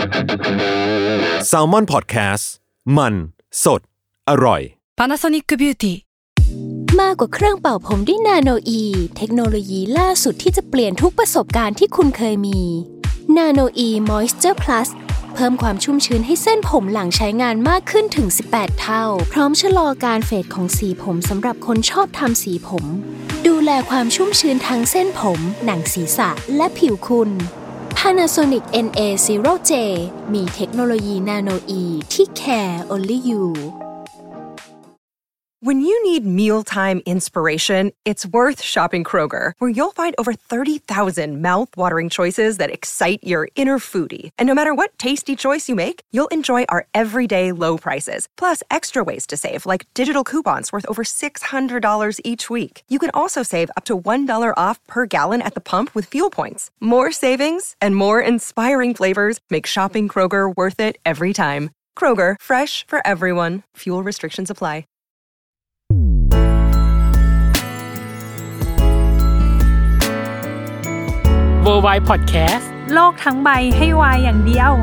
Salmon Podcast มันสดอร่อย Panasonic Beauty มากกว่าเครื่องเป่าผมด้วยนาโนอีเทคโนโลยีล่าสุดที่จะเปลี่ยนทุกประสบการณ์ที่คุณเคยมีนาโนอีมอยส์เจอร์พลัสเพิ่มความชุ่มชื้นให้เส้นผมหลังใช้งานมากขึ้นถึง18เท่าพร้อมชะลอการเฟดของสีผมสำหรับคนชอบทำสีผมดูแลความชุ่มชื้นทั้งเส้นผมหนังศีรษะและผิวคุณ Panasonic NA0J มีเทคโนโลยีนาโนอีที่ care only you When you need mealtime inspiration, it's worth shopping Kroger, where you'll find over 30,000 mouth-watering choices that excite your inner foodie. And no matter what tasty choice you make, you'll enjoy our everyday low prices, plus extra ways to save, like digital coupons worth over $600 each week. You can also save up to $1 off per gallon at the pump with fuel points. More savings and more inspiring flavors make shopping Kroger worth it every time. Kroger, fresh for everyone. Fuel restrictions apply. Worldwide Podcast โลกทั้งใบให้วายอย่างเดียว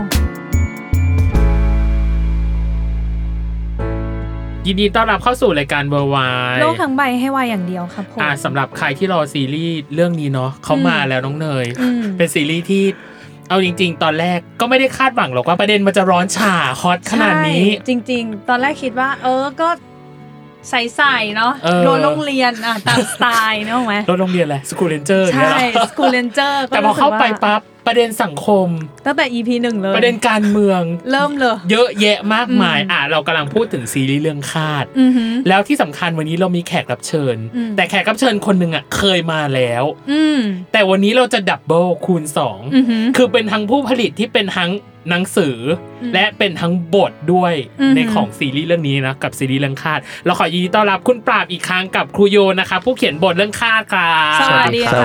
ยินดีต้อนรับเข้าสู่รายการ Worldwide โลกทั้งใบให้วายอย่างเดียวครับผมสำหรับใครที่รอซีรีส์เรื่องนี้เนาะเขามาแล้วน้องเนยเป็นซีรีส์ที่เอาจริงๆตอนแรกก็ไม่ได้คาดหวังหรอกว่าประเด็นมันจะร้อนฉ่าฮอตขนาดนี้จริงๆตอนแรกคิดว่าก็ใส่ๆเนาะโรงเรียนตามสไตล์เนาะมั้ยโรงเรียนแหละ School Ranger ใช่ School Ranger แต่พอเข้าไปปั๊บประเด็นสังคมตั้งแต่ EP 1เลยประเด็นการเมืองเริ่มเลยเยอะแยะมากมายเรากำลังพูดถึงซีรีส์เรื่องคาดแล้วที่สำคัญวันนี้เรามีแขกรับเชิญแต่แขกรับเชิญคนนึงเคยมาแล้วแต่วันนี้เราจะดับเบิลคูณ2คือเป็นทั้งผู้ผลิตที่เป็นทั้งหนังสือและเป็นทั้งบทด้วยในของซีรีส์เรื่องนี้นะกับซีรีส์เรื่องคาดเราขอยินดีต้อนรับคุณปราบอีกครั้งกับครูโยนะคะผู้เขียนบทเรื่องคาดครับสวัสดีค่ะ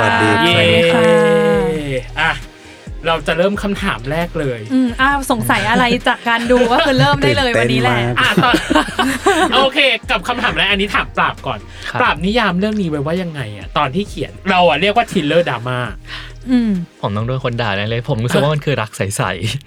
เราจะเริ่มคำถามแรกเลยสงสัยอะไรจากการดูก็คือเริ่มได้เลยวันนี้แหละโอเคกับคำถามแรกอันนี้ถามปราบก่อนปราบนิยามเรื่องนี้ไว้ว่ายังไงตอนที่เขียนเราเรียกว่าทริลเลอร์ดราม่าผมต้องโดนคนด่าเลยผมรู้สึกว่ามันคือรักใส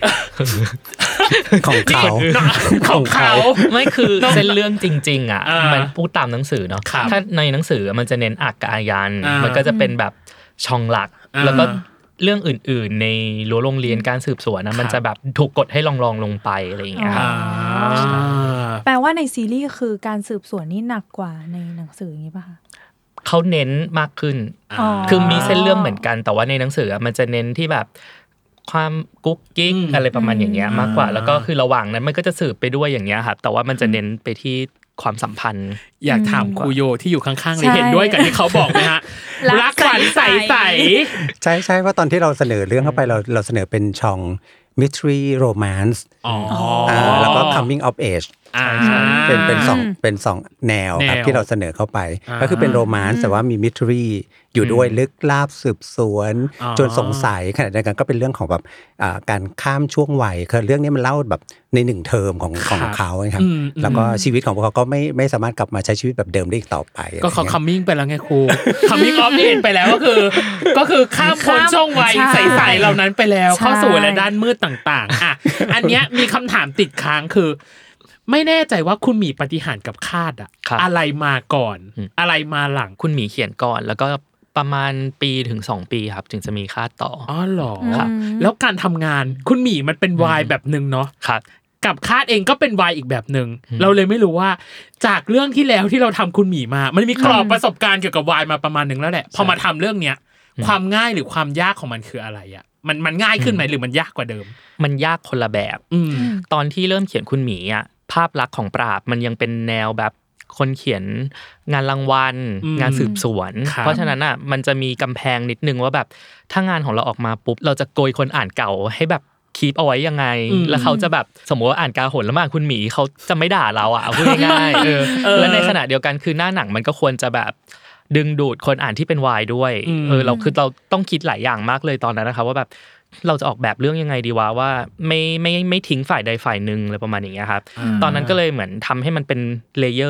ๆของเขาไม่คือเส้นเรื่องจริงๆมันพูดตามหนังสือเนาะถ้าในหนังสือมันจะเน้นอักกับอายันมันก็จะเป็นแบบช่องหลักแล้วก็เรื่องอื่นๆในรั้วโรงเรียนการสืบสวนนะมันจะแบบถูกกดให้ลองลงไปอะไรอย่างเงี้ยครับแปลว่าในซีรีส์คือการสืบสวนนี่หนักกว่าในหนังสืออย่างงี้ป่ะคะเขาเน้นมากขึ้นคือมีเส้นเรื่องเหมือนกันแต่ว่าในหนังสือมันจะเน้นที่แบบความกุ๊กกิ๊กอะไรประมาณอย่างเงี้ยมากกว่าแล้วก็คือระหว่างนั้นมันก็จะสืบไปด้วยอย่างเงี้ยครับแต่ว่ามันจะเน้นไปที่ความสัมพันธ์อยากถามครูโยที่อยู่ข้างๆเลยเห็นด้วยกับที่เขาบอกไหมฮะรักขวัญใสๆใช่ๆว่าตอนที่เราเสนอเรื่องเข้าไปเราเสนอเป็นช่อง mystery romance แล้วก็ coming of age เป็นสองแนวครับที่เราเสนอเข้าไปก็คือเป็นโรแมนต์แต่ว่ามีมิสทรีอยู่ด้วยลึกลับสืบสวนจนสงสัยขณะเดียวกันก็เป็นเรื่องของแบบการข้ามช่วงวัยคือเรื่องนี้มันเล่าแบบใน1เทอมของเขาครับแล้วก็ชีวิตของพวกเขาก็ไม่สามารถกลับมาใช้ชีวิตแบบเดิมได้อีกต่อไปก็เขา coming ไปแล้วไงครู coming of age ไปแล้วก็คือข้ามพ้นช่วงวัยใสๆเหล่านั้นไปแล้วเข้าสู่อะไรด้านมืดต่างๆอันเนี้ยมีคำถามติดค้างคือไม่แน่ใจว่าคุณหมีปฏิหารกับคาดอะไรมาก่อนอะไรมาหลังคุณหมีเขียนก่อนแล้วก็ประมาณปีถึง2ปีครับถึงจะมีคาดต่อหรอครับแล้วการทำงานคุณหมีมันเป็นวายแบบนึงเนาะครับกับคาดเองก็เป็นวายอีกแบบนึงเราเลยไม่รู้ว่าจากเรื่องที่แล้วที่เราทำคุณหมีมามันมีกรอบประสบการณ์เกี่ยวกับวายมาประมาณนึงแล้วแหละพอมาทำเรื่องเนี้ยความง่ายหรือความยากของมันคืออะไรมันง่ายขึ้นไหมหรือมันยากกว่าเดิมมันยากคนละแบบตอนที่เริ่มเขียนคุณหมีภาพลักษณ์ของปราบมันยังเป็นแนวแบบคนเขียนงานรางวัลงานสืบสวนเพราะฉะนั้นมันจะมีกำแพงนิดนึงว่าแบบถ้างานของเราออกมาปุ๊บเราจะโกยคนอ่านเก่าให้แบบคีปเอาไว้ยังไงแล้วเขาจะแบบสมมติว่าอ่านกาหนแล้วมาคุณหมีเขาจะไม่ด่าเราพูดง่ายๆและในขณะเดียวกันคือหน้าหนังมันก็ควรจะแบบดึงดูดคนอ่านที่เป็นวายด้วยเราต้องคิดหลายอย่างมากเลยตอนนั้นนะครับว่าแบบเราจะออกแบบเรื่องยังไงดีว่าไม่ทิ้งฝ่ายใดฝ่ายหนึ่งอะไรประมาณอย่างเงี้ยครับตอนนั้นก็เลยเหมือนทำให้มันเป็นเลเยอร์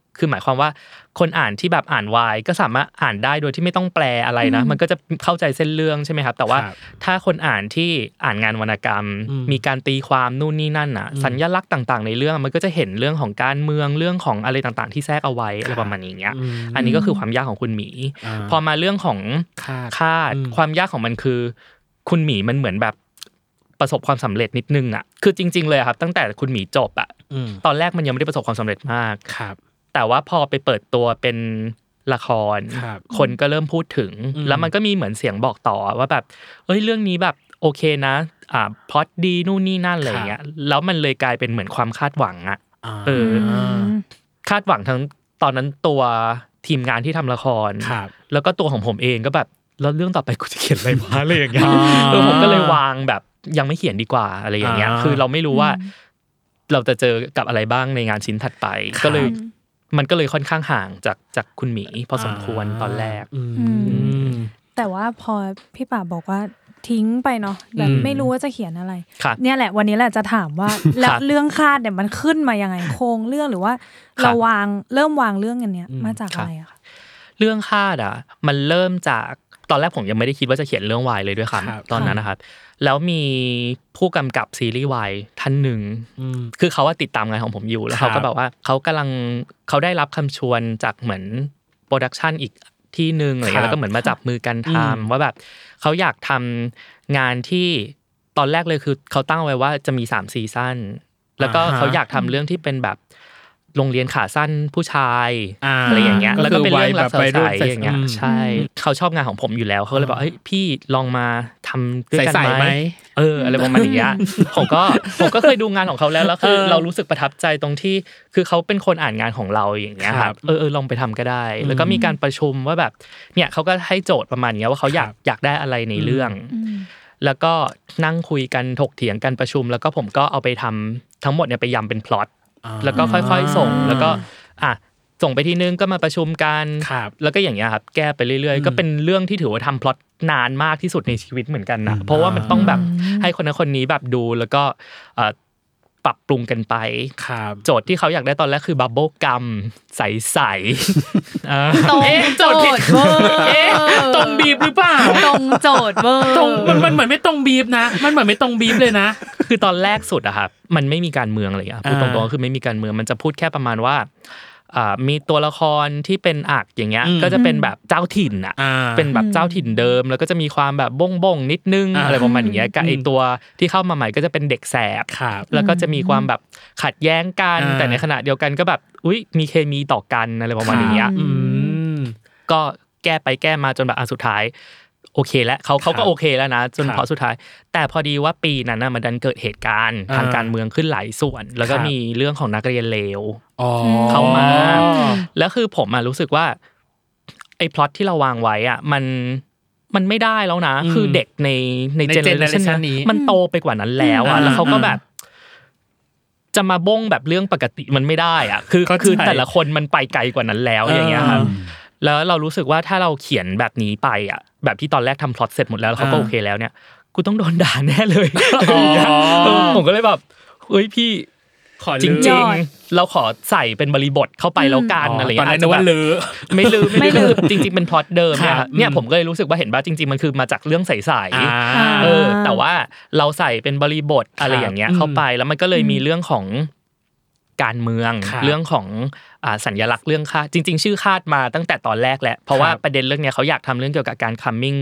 คือหมายความว่าคนอ่านที่แบบอ่านวายก็สามารถอ่านได้โดยที่ไม่ต้องแปลอะไรนะมันก็จะเข้าใจเส้นเรื่องใช่ไหมครับแต่ว่าถ้าคนอ่านที่อ่านงานวรรณกรรมมีการตีความนู่นนี่นั่นอ่ะสัญลักษณ์ต่างๆในเรื่องมันก็จะเห็นเรื่องของการเมืองเรื่องของอะไรต่างๆที่แทรกเอาไว้อะไรประมาณนี้เงี้ยอันนี้ก็คือความยากของคุณหมีพอมาเรื่องของคาดความยากของมันคือคุณหมีมันเหมือนแบบประสบความสำเร็จนิดนึงอ่ะคือจริงๆเลยครับตั้งแต่คุณหมีจบอ่ะตอนแรกมันยังไม่ได้ประสบความสำเร็จมากแต่ว่าพอไปเปิดตัวเป็นละครคนก็เริ่มพูดถึงแล้วมันก็มีเหมือนเสียงบอกต่อว่าแบบเรื่องนี้แบบโอเคนะพล็อตดีนู่นนี่นั่นอะไรอย่างเงี้ยแล้วมันเลยกลายเป็นเหมือนความคาดหวังอ่ะคาดหวังทั้งตอนนั้นตัวทีมงานที่ทำละครแล้วก็ตัวของผมเองก็แบบแล้วเรื่องต่อไปกูจะเขียนอะไรวะอะไรอย่างเงี้ยผมก็เลยวางแบบยังไม่เขียนดีกว่าอะไรอย่างเงี้ยคือเราไม่รู้ว่าเราจะเจอกับอะไรบ้างในงานชิ้นถัดไปก็เลยมันก็เลยค่อนข้างห่างจากคุณหมีพอสมควรตอนแรกแต่ว่าพอพี่ป่าบอกว่าทิ้งไปเนาะแบบไม่รู้ว่าจะเขียนอะไรเนี่ยแหละวันนี้แหละจะถามว่าแล้วเรื่องคาดเนี่ยมันขึ้นมายังไงโครงเรื่องหรือว่าเราเริ่มวางเรื่องอันเนี้ยมาจากอะไรอะคะเรื่องคาดอ่ะมันเริ่มจากตอนแรกผมยังไม่ได้คิดว่าจะเขียนเรื่องวายเลยด้วยครับตอนนั้นนะครับแล้วมีผู้กำกับซีรีส์วายท่านหนึ่งคือเขาติดตามงานของผมอยู่แล้วเขาก็แบบว่าเขาได้รับคำชวนจากเหมือนโปรดักชันอีกที่นึงอะไรเงี้ยแล้วก็เหมือนมาจับมือกันทำว่าแบบเขาอยากทำงานที่ตอนแรกเลยคือเขาตั้งไว้ว่าจะมี3ซีซั่นแล้วก็เขาอยากทำเรื่องที่เป็นแบบโรงเรียนขาสั้นผู้ชายอะไรอย่างเงี้ยแล้วก็เป็นเรื่องรักใสๆอย่างเงี้ยใช่เขาชอบงานของผมอยู่แล้วเขาเลยบอกเฮ้ยพี่ลองมาทำด้วยกันไหมอะไรประมาณนี้ผมก็เคยดูงานของเขาแล้วคือเรารู้สึกประทับใจตรงที่คือเขาเป็นคนอ่านงานของเราอย่างเงี้ยครับลองไปทำก็ได้แล้วก็มีการประชุมว่าแบบเนี่ยเขาก็ให้โจทย์ประมาณนี้ว่าเขาอยากได้อะไรในเรื่องแล้วก็นั่งคุยกันถกเถียงกันประชุมแล้วก็ผมก็เอาไปทำทั้งหมดเนี่ยไปยำเป็นพล็อตแล้วก็ค่อยๆส่งแล้วก็ส่งไปทีนึงก็มาประชุมกันแล้วก็อย่างเงี้ยครับแก้ไปเรื่อยๆก็เป็นเรื่องที่ถือว่าทำพล็อตนานมากที่สุดในชีวิตเหมือนกันนะเพราะว่ามันต้องแบบให้คนนั้นคนนี้แบบดูแล้วก็ปรับปรุงกันไปโจทย์ที่เขาอยากได้ตอนแรกคือบับเบิ้ลกัมใสๆโจทย์ตรงบีบหรือเปล่าตรงโจทย์เวอร์ตรงมันเหมือนไม่ตรงบีบนะมันเหมือนไม่ตรงบีบเลยนะคือตอนแรกสุดอะครับมันไม่มีการเมืองอะไรอย่างพูดตรงๆก็คือไม่มีการเมืองมันจะพูดแค่ประมาณว่ามีตัวละครที่เป็นอักอย่างเงี้ยก็จะเป็นแบบเจ้าถิ่นอ่ะเป็นแบบเจ้าถิ่นเดิมแล้วก็จะมีความแบบบ้งนิดนึงอะไรประมาณอย่างเงี้ยกับไอตัวที่เข้ามาใหม่ก็จะเป็นเด็กแสบแล้วก็จะมีความแบบขัดแย้งกันแต่ในขณะเดียวกันก็แบบอุ๊ยมีเคมีต่อกันอะไรประมาณอย่างเงี้ยก็แก้ไปแก้มาจนแบบสุดท้ายโอเคแล้วเขาก็โอเคแล้วนะจนพอสุดท้ายแต่พอดีว่าปีนั้นมันดันเกิดเหตุการณ์ทางการเมืองขึ้นหลายส่วนแล้วก็มีเรื่องของนักเรียนเลวเข้ามาแล้วคือผมรู้สึกว่าไอ้พล็อตที่เราวางไว้มันไม่ได้แล้วนะคือเด็กในเจเนอเรชันนี้มันโตไปกว่านั้นแล้วแล้วเขาก็แบบจะมาบ้งแบบเรื่องปกติมันไม่ได้คือแต่ละคนมันไปไกลกว่านั้นแล้วอย่างเงี้ยครับแล้วเรารู้สึกว่าถ้าเราเขียนแบบนี้ไปแบบที่ตอนแรกทำพล็อตเสร็จหมดแล้วเขาก็โอเคแล้วเนี่ยกูต้องโดนด่าแน่เลยผมก็เลยแบบเฮ้ยพี่จริงๆเราขอใส่เป็นบริบทเข้าไปแล้วกันอะไรอย่างเงี้ยตอนนั้นว่าลือไม่ลือจริงๆเป็นพล็อตเดิมเนี่ยผมก็เลยรู้สึกว่าเห็นว่าจริงๆมันคือมาจากเรื่องใสๆแต่ว่าเราใส่เป็นบริบทอะไรอย่างเงี้ยเข้าไปแล้วมันก็เลยมีเรื่องของการเมืองเรื่องของสัญลักษณ์เรื่องคาดจริงๆชื่อคาดมาตั้งแต่ตอนแรกแหละเพราะว่าประเด็นเรื่องนี้เขาอยากทำเรื่องเกี่ยวกับการ coming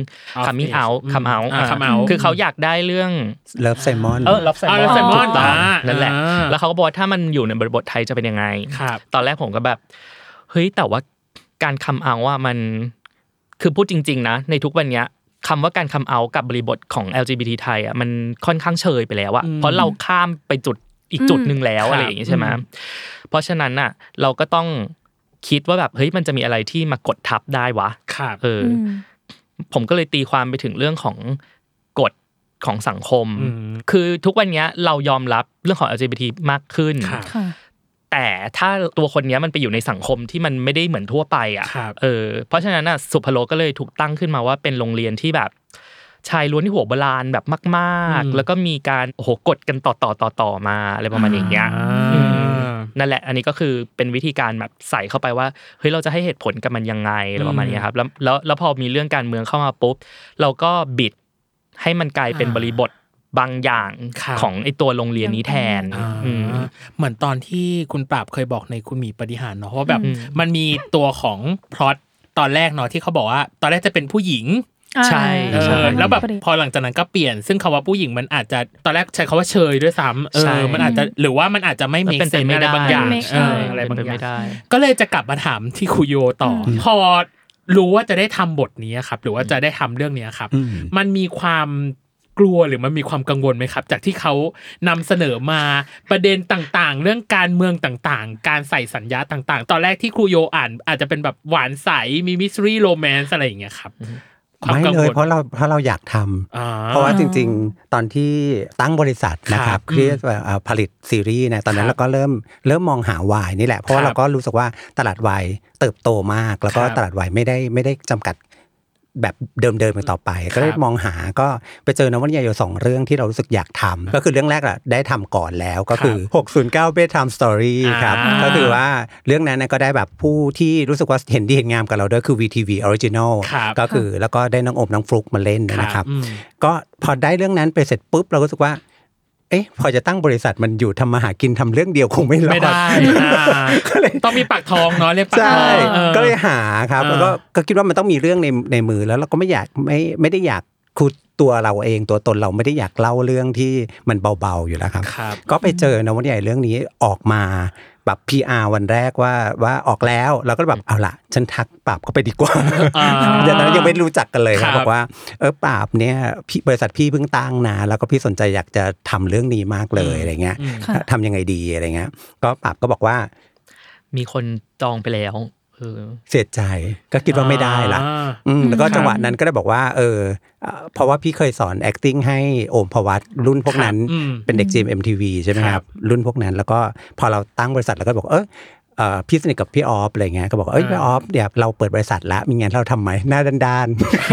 out คือเขาอยากได้เรื่อง Love Simon Love Simon นั่นแหละแล้วเขาก็บอกว่าถ้ามันอยู่ในบริบทไทยจะเป็นยังไงตอนแรกผมก็แบบเฮ้ยแต่ว่าการ come out มันคือพูดจริงๆนะในทุกวันนี้คำว่าการ come out กับบริบทของ LGBT ไทยมันค่อนข้างเชยไปแล้วเพราะเราข้ามไปอีกจุดนึงแล้วอะไรอย่างงี้ใช่ไหมเพราะฉะนั้นน่ะเราก็ต้องคิดว่าแบบเฮ้ยมันจะมีอะไรที่มากดทับได้วะผมก็เลยตีความไปถึงเรื่องของกฎของสังคมคือทุกวันนี้เรายอมรับเรื่องของ LGBT มากขึ้นแต่ถ้าตัวคนนี้มันไปอยู่ในสังคมที่มันไม่ได้เหมือนทั่วไปเพราะฉะนั้นน่ะสุภโลก็เลยถูกตั้งขึ้นมาว่าเป็นโรงเรียนที่แบบชายล้วนที่หัวโบราณแบบมากๆแล้วก็มีการกดกันต่อมาอะไรประมาณอย่างเงี้ยนั่นแหละอันนี้ก็คือเป็นวิธีการแบบใส่เข้าไปว่าเฮ้ยเราจะให้เหตุผลกับมันยังไงอะไรประมาณนี้ครับแล้วพอมีเรื่องการเมืองเข้ามาปุ๊บเราก็บิดให้มันกลายเป็นบริบทบางอย่างของไอตัวโรงเรียนนี้แทนเหมือนตอนที่คุณปราบเคยบอกในคุณหมีปฏิหารเนาะเพราะแบบมันมีตัวของพล็อตตอนแรกเนาะที่เขาบอกว่าตอนแรกจะเป็นผู้หญิงใช่แล้วแบบพอหลังจากนั้นก็เปลี่ยนซึ่งคำว่าผู้หญิงมันอาจจะตอนแรกใช้คำว่าเชยด้วยซ้ำมันอาจจะหรือว่ามันอาจจะไม่เมคเซนส์อะไรบางอย่างอะไรบางอย่างก็เลยจะกลับมาถามที่ครูโยต่อพอรู้ว่าจะได้ทำบทนี้ครับหรือว่าจะได้ทำเรื่องนี้ครับมันมีความกลัวหรือมันมีความกังวลไหมครับจากที่เขานำเสนอมาประเด็นต่างๆเรื่องการเมืองต่างๆการใส่สัญญาต่างๆตอนแรกที่ครูโยอ่านอาจจะเป็นแบบหวานใสมีมิสทรีโรแมนซ์อะไรอย่างเงี้ยครับไม่เลยเพราะเราอยากทำเพราะว่าจริงๆตอนที่ตั้งบริษัทนะครับที่ผลิตซีรีส์เนี่ยตอนนั้นเราก็เริ่มมองหาวายนี่แหละเพราะว่าเราก็รู้สึกว่าตลาดวายเติบโตมากแล้วก็ตลาดวายไม่ได้จำกัดแบบเดิมๆต่อไปก็เลยมองหาก็ไปเจอนวนิยาย2เรื่องที่เรารู้สึกอยากทำก็คือเรื่องแรกได้ทำก่อนแล้วก็คือ609 Bedtime Story ครับก็คือว่าเรื่องนั้นก็ได้แบบผู้ที่รู้สึกว่าเห็นดีเห็นงามกับเราด้วยคือ VTV Original ก็คือแล้วก็ได้น้องอมน้องฟลุกมาเล่นนะครับก็พอได้เรื่องนั้นไปเสร็จปุ๊บเราก็รู้สึกว่าพอจะตั้งบริษัทมันอยู่ทำมาหากินทำเรื่องเดียวคงไม่รอดไม่ได้ก็เลยต้องมีปากทองเนาะเรียกปากทองก็เลยหาครับแล้วก็คิดว่ามันต้องมีเรื่องในมือแล้วเราก็ไม่ได้อยากคือตัวเราเองตัวตนเราไม่ได้อยากเล่าเรื่องที่มันเบาๆอยู่แล้วครับก็ไปเจอนวนิยายเรื่องนี้ออกมาแบบ PR วันแรกว่าออกแล้วเราก็แบบเอาล่ะฉันทักปราบเข้าไปดีกว่าอย่างนั้นยังไม่รู้จักกันเลยครับบอกว่าปราบเนี่ยบริษัทพี่เพิ่งตั้งนะแล้วก็พี่สนใจอยากจะทำเรื่องนี้มากเลยอะไรเงี้ยทำยังไงดีอะไรเงี้ยก็ปราบก็บอกว่ามีคนจองไปแล้วเสียใจก็คิดว่าไม่ได้ละแล้วก็จังหวะนั้นก็ได้บอกว่าเพราะว่าพี่เคยสอน acting ให้โอมภวัตรุ่นพวกนั้นเป็นเด็ก GMMTV ใช่ไหมครับรุ่นพวกนั้นแล้วก็พอเราตั้งบริษัทแล้วก็บอกพี่สนิทกับพี่ออฟอะไรเงี้ยก็บอกพี่ออฟเดี๋ยวเราเปิดบริษัทแล้วมีงานเราทำไหมหน้าด้าน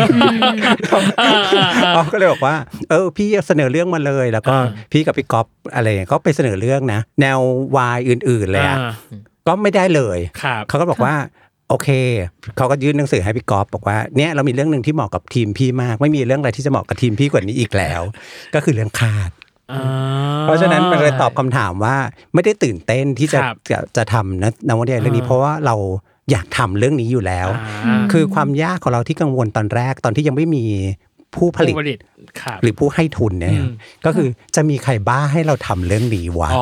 ๆออฟก็เลยบอกว่าพี่เสนอเรื่องมาเลยแล้วก็พี่กับพี่ก๊อฟอะไรก็ไปเสนอเรื่องนะแนววายอื่นๆเลยก็ไม่ได้เลยเขาก็บอกว่าโอเคเขาก็ยื่นหนังสือให้พี่ก๊อฟบอกว่าเนี่ยเรามีเรื่องนึงที่เหมาะกับทีมพี่มากไม่มีเรื่องอะไรที่จะเหมาะกับทีมพี่กว่านี้อีกแล้วก็คือเรื่องคาดเพราะฉะนั้นมันเลยตอบคำถามว่าไม่ได้ตื่นเต้นที่จะทำนะนวนิยายเรื่องนี้เพราะว่าเราอยากทำเรื่องนี้อยู่แล้วคือความยากของเราที่กังวลตอนแรกตอนที่ยังไม่มีผู้ผลิตหรือผู้ให้ทุนเนี่ยก็คือจะมีใครบ้าให้เราทำเรื่องนี้วะ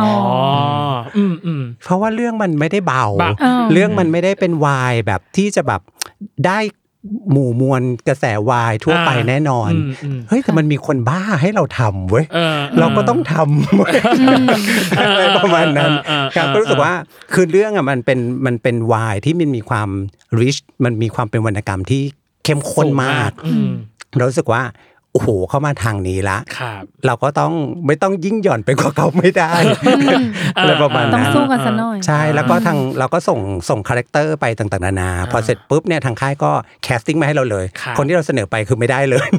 เพราะว่าเรื่องมันไม่ได้เบาเรื่องมันไม่ได้เป็นวายแบบที่จะแบบได้หมู่มวลกระแสวายทั่วไปแน่นอนเฮ้ยแต่มันมีคนบ้าให้เราทำเว้ยเราก็ต้องทำอะไรประมาณนั้นครับก็รู้สึกว่าคือเรื่องมันเป็นวายที่มันมีความ rich มันมีความเป็นวรรณกรรมที่เข้มข้นมากเรารู้สึกว่าโอ้โหเข้ามาทางนี้ละเราก็ต้องไม่ต้องยิ่งหย่อนไปกว่าเขาไม่ได้อะไรประมาณนั้นต้องสู้กันซะหน่อยใช่แล้วก็ทางเราก็ส่งคาแรคเตอร์ไปต่างๆนานาพอเสร็จปุ๊บเนี่ยทางค่ายก็แคสติ้งมาให้เราเลยคนที่เราเสนอไปคือไม่ได้เลย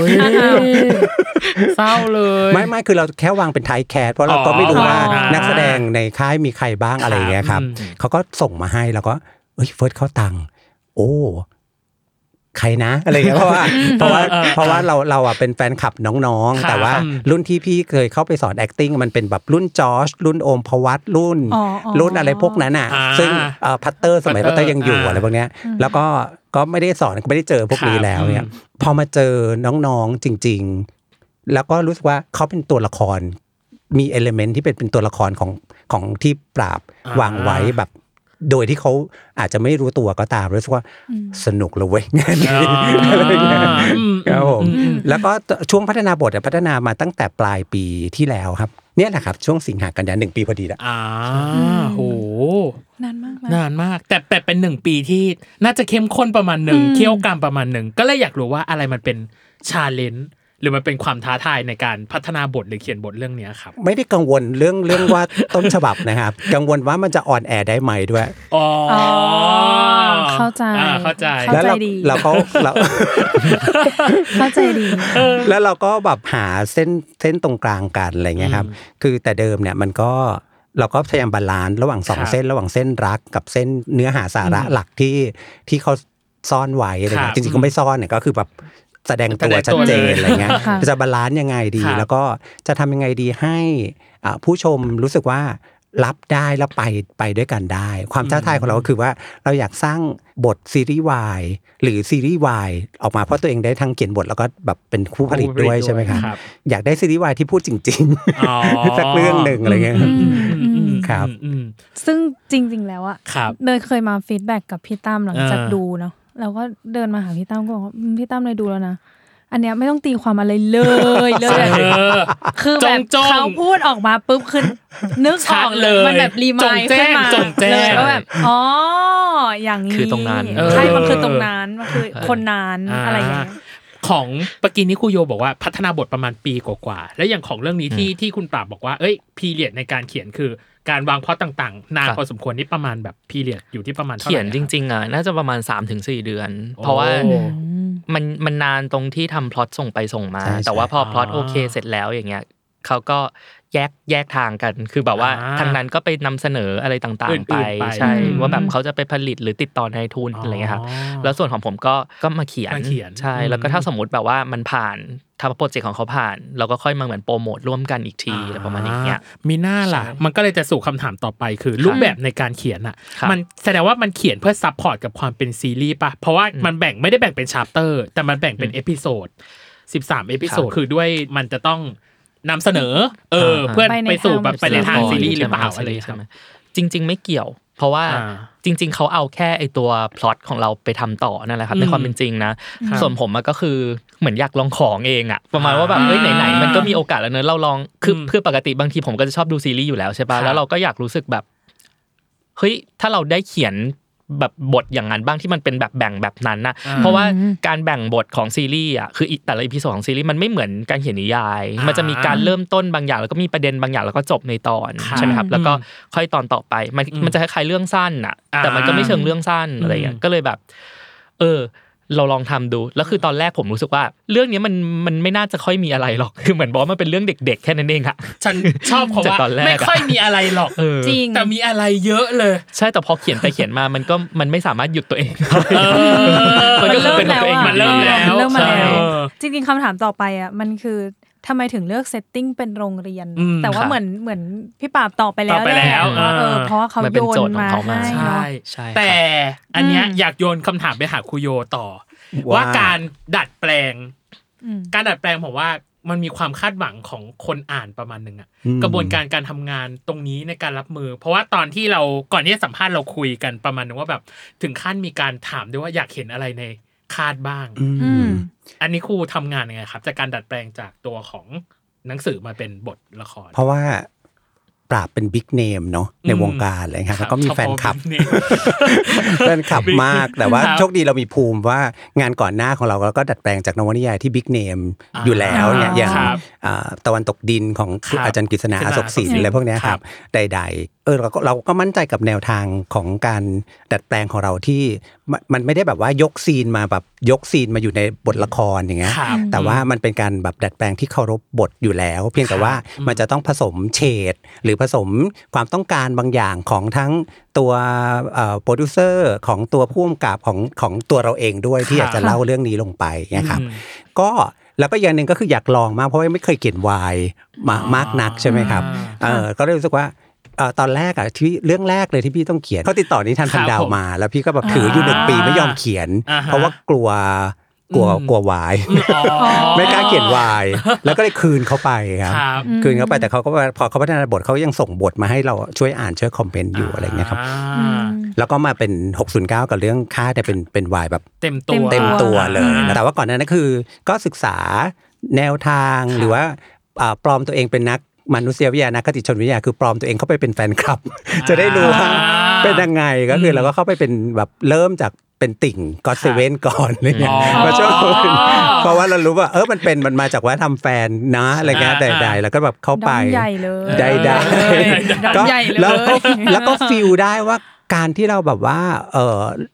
เศร้าเลยไม่คือเราแค่วางเป็นไทป์แคสเพราะเราก็ไม่รู้ว่านักแสดงในค่ายมีใครบ้างอะไรอย่างเงี้ยครับเขาก็ส่งมาให้แล้วก็เฟิร์สเข้าตังโอ้ใครนะอะไรอย่างเงี้ยเพราะว่าเราอ่ะเป็นแฟนคลับน้องๆแต่ว่ารุ่นที่พี่เคยเข้าไปสอน acting มันเป็นแบบรุ่นจอร์จรุ่นโอมภวัตรุ่นอะไรพวกนั้นอ่ะซึ่งพัตเตอร์สมัยพัตเตอร์ยังอยู่อะไรพวกเนี้ยแล้วก็ไม่ได้สอนไม่ได้เจอพวกนี้แล้วเนี่ยพอมาเจอน้องๆจริงๆแล้วก็รู้สึกว่าเขาเป็นตัวละครมีเอลิเมนต์ที่เป็นตัวละครของที่ปราบวางไว้แบบโดยที่เขาอาจจะไม่รู้ตัวก็ตามรู้สึกว่าสนุกเลยเว้ยงานนี้อะไรเงี้ยครับผมแล้วก็ช่วงพัฒนาบทพัฒนามาตั้งแต่ปลายปีที่แล้วครับเนี่ยแหละครับช่วงสิงหากันยายน1 ปีพอดีแล้วโหนานมากแต่เป็น1 ปีที่น่าจะเข้มข้นประมาณ1เคี่ยวกรรมประมาณ1ก็เลยอยากรู้ว่าอะไรมันเป็นชาเลนจ์หรือมันเป็นความท้าทายในการพัฒนาบทหรือเขียนบทเรื่องนี้ครับไม่ได้กังวลเรื่องว่าต้นฉบับนะครับกังวลว่ามันจะออนแอร์ได้ไหมด้วยเข้าใจแล้วเราก็เข้าใจดีแล้วเราก็แบบหาเส้นตรงกลางกันอะไรเงี้ยครับคือแต่เดิมเนี่ยมันก็เราก็พยายามบาลานซ์ระหว่าง2เส้นระหว่างเส้นรักกับเส้นเนื้อหาสาระหลักที่เขาซ่อนไว้อะไรเงี้ยจริงๆก็ไม่ซ่อนเนี่ยก็คือแบบแสดงตัวชัดเจนอะไรเงี้ยจะบาลานซ์ยังไงดีแล้วก็จะทำยังไงดีให้ผู้ชมรู้สึกว่ารับได้แล้วไปด้วยกันได้ความท้าทายของเราก็คือว่าเราอยากสร้างบทซีรีส์วายหรือซีรีส์วายออกมาเพราะตัวเองได้ทั้งเขียนบทแล้วก็แบบเป็นผู้ผลิตด้วยใช่ไหมครับอยากได้ซีรีส์วายที่พูดจริงๆสักเรื่องหนึ่งอะไรเงี้ยครับซึ่งจริงๆแล้วอะเนยเคยมาฟีดแบ็กกับพี่ตั้มหลังจากดูเนาะเราก็เดินมาหาพี่ตั้มก็บอกว่าพี่ตั้มเลยดูแล้วนะอันเนี้ยไม่ต้องตีความอะไรเลยคือแบบเขาพูดออกมาปุ๊บคือนึกออกเลยมันแบบรีมายขึ้นมาเลยว่าแบบอ๋ออย่างนี้คือตรงนั้นใช่มันคือตรงนั้นมันคือคนนั้นอะไรอย่างเงี้ยของปกินนี่ครูโยบอกว่าพัฒนาบทประมาณปีกว่าๆแล้วอย่างของเรื่องนี้ที่คุณปราบบอกว่าเอ้ยพีเรียดในการเขียนคือการวางพล็อตต่างๆนานพอสมควรนี่ประมาณแบบพีเรียดอยู่ที่ประมาณเท่าไหร่เขียนจริงๆอ่ะน่าจะประมาณ 3-4 เดือนเพราะว่ามันนานตรงที่ทำพล็อตส่งไปส่งมาแต่ว่าพอพล็อตโอเคเสร็จแล้วอย่างเงี้ยเขาก็แยกทางกันคือแบบว่าทางนั้นก็ไปนำเสนออะไรต่างๆไปใช่ว่าแบบเขาจะไปผลิตหรือติดต่อนายทุนอะไรเงี้ยครับแล้วส่วนของผมก็มาเขียนใช่แล้วก็ถ้าสมมติแบบว่ามันผ่านถ้าโปรเจกต์ของเขาผ่านเราก็ค่อยมาเหมือนโปรโมทร่วมกันอีกทีอะไรประมาณอย่างเงี้ยมีหน้าล่ะมันก็เลยจะสู่คำถามต่อไปคือรูปแบบในการเขียนอ่ะมันแสดงว่ามันเขียนเพื่อซัพพอร์ตกับความเป็นซีรีส์ป่ะเพราะว่ามันไม่ได้แบ่งเป็นชาปเตอร์แต่มันแบ่งเป็นเอพิโซด13เอพิโซดคือด้วยมันจะต้องนำเสนอเพื่อไปสู่แบบไปในทางซีรีส์หรือเปล่าอะไรใช่ไหมจริงๆไม่เกี่ยวเพราะว่าจริงๆเขาเอาแค่ไอตัวพล็อตของเราไปทำต่อนั่นแหละครับในความเป็นจริงนะส่วนผมก็คือเหมือนอยากลองของเองอ่ะประมาณว่าแบบไหนๆมันก็มีโอกาสแล้วเนอะเราลองคือปกติบางทีผมก็จะชอบดูซีรีส์อยู่แล้วใช่ป่ะแล้วเราก็อยากรู้สึกแบบเฮ้ยถ้าเราได้เขียนแบบบทอย่างนั้นบ้างที่มันเป็นแบบแบ่งแบบนั้นนะเพราะว่าการแบ่งบทของซีรีส์อ่ะคือแต่ละอีพิโซดของซีรีส์มันไม่เหมือนการเขียนนิยายมันจะมีการเริ่มต้นบางอย่างแล้วก็มีประเด็นบางอย่างแล้วก็จบในตอนใช่ไหมครับแล้วก็ค่อยตอนต่อไปมันจะคล้ายๆเรื่องสั้นอ่ะแต่มันก็ไม่เชิงเรื่องสั้นอะไรอย่างเงี้ยก็เลยแบบเราลองทำดูแล้วคือตอนแรกผมรู้สึกว่าเรื่องนี้มันไม่น่าจะค่อยมีอะไรหรอกคือเหมือนบอกว่ามันเป็นเรื่องเด็กๆแค่นั้นเองอะฉันชอบเพราะว่าไม่ค่อยมีอะไรหรอกจริงแต่มีอะไรเยอะเลยใช่แต่พอเขียนไปเขียนมามันไม่สามารถหยุดตัวเองมันก็เป็นตัวเองมันเริ่มแล้วจริงๆคำถามต่อไปอ่ะมันคือทำไมถึงเลือกเซตติ้งเป็นโรงเรียนแต่ว่าเหมือนพี่ปราบตอบไปแล้วเพราะว่าเขาโยนมาให้แต่อันเนี้ยอยากโยนคำถามไปหาครูโยต่อว่าการดัดแปลงผมว่ามันมีความคาดหวังของคนอ่านประมาณนึงอ่ะกระบวนการทำงานตรงนี้ในการรับมือเพราะว่าตอนที่เราก่อนที่จะสัมภาษณ์เราคุยกันประมาณนึงว่าแบบถึงขั้นมีการถามด้วยว่าอยากเห็นอะไรในคาดบ้างอันนี้ครูทำงานยังไงครับจากการดัดแปลงจากตัวของหนังสือมาเป็นบทละครเพราะว่าปราบเป็นบิ๊กเนมเนาะในวงการอะไรครับแล้วก็มีแฟนคลับมากแต่ว่าโชคดีเรามีภูมิว่างานก่อนหน้าของเราก็ดัดแปลงจากนวนิยายที่บิ๊กเนมอยู่แล้วเนี่ยอย่างตะวันตกดินของอาจารย์กฤษณาอโศกสินอะไรพวกนี้ครับใดๆเราก็มั่นใจกับแนวทางของการดัดแปลงของเราที่มันไม่ได้แบบว่ายกซีนมาอยู่ในบทละครอย่างเงี้ยแต่ว่ามันเป็นการแบบดัดแปลงที่เคารพบทอยู่แล้วเพียงแต่ว่ามันจะต้องผสมเฉดหรือผสมความต้องการบางอย่างของทั้งตัวโปรดิวเซอร์ของตัวผู้กำกับของตัวเราเองด้วยที่อยากจะเล่าเรื่องนี้ลงไปนะครับก็แล้วก็อย่างนึงก็คืออยากลองมากเพราะว่าไม่เคยเขียนวายมากนักใช่ไหมครับก็เลยรู้สึกว่าตอนแรกอ่ะที่เรื่องแรกเลยที่พี่ต้องเขียนเขาติดต่อนิทานพันดาวมาแล้วพี่ก็แบบถืออยู่1 ปีไม่ยอมเขียนเพราะว่ากลัววายไม่กล้าเขียนวายแล้วก็เลยคืนเขาไปครับคืนเขาไปแต่เขาก็พอเขาพัฒนาบทเขายังส่งบทมาให้เราช่วยอ่านช่วยคอมเมนต์อยู่อะไรเงี้ยครับแล้วก็มาเป็น609กับเรื่องค่าแต่เป็นวายแบบเต็มตัวเลยแต่ว่าก่อนหน้านั้นคือก็ศึกษาแนวทางหรือว่าปลอมตัวเองเป็นนักมนุษยวิทยานักคติชนวิทยาคือปลอมตัวเองเข้าไปเป็นแฟนคลับจะได้รู้ว่าเป็นยังไงก็คือเราก็เข้าไปเป็นแบบเริ่มจากเป็นติ่งก็อดเซเว่นก่อนอะไรเงี้ยมาช่วงเพราะว่าเรารู้ว่ามันมาจากว่าทำแฟนนะอะไรเงี้ยใดๆแล้วก็แบบเข้าไปใหญ่เลยได้ก็แล้วก็ฟีลได้ว่าการที่เราแบบว่า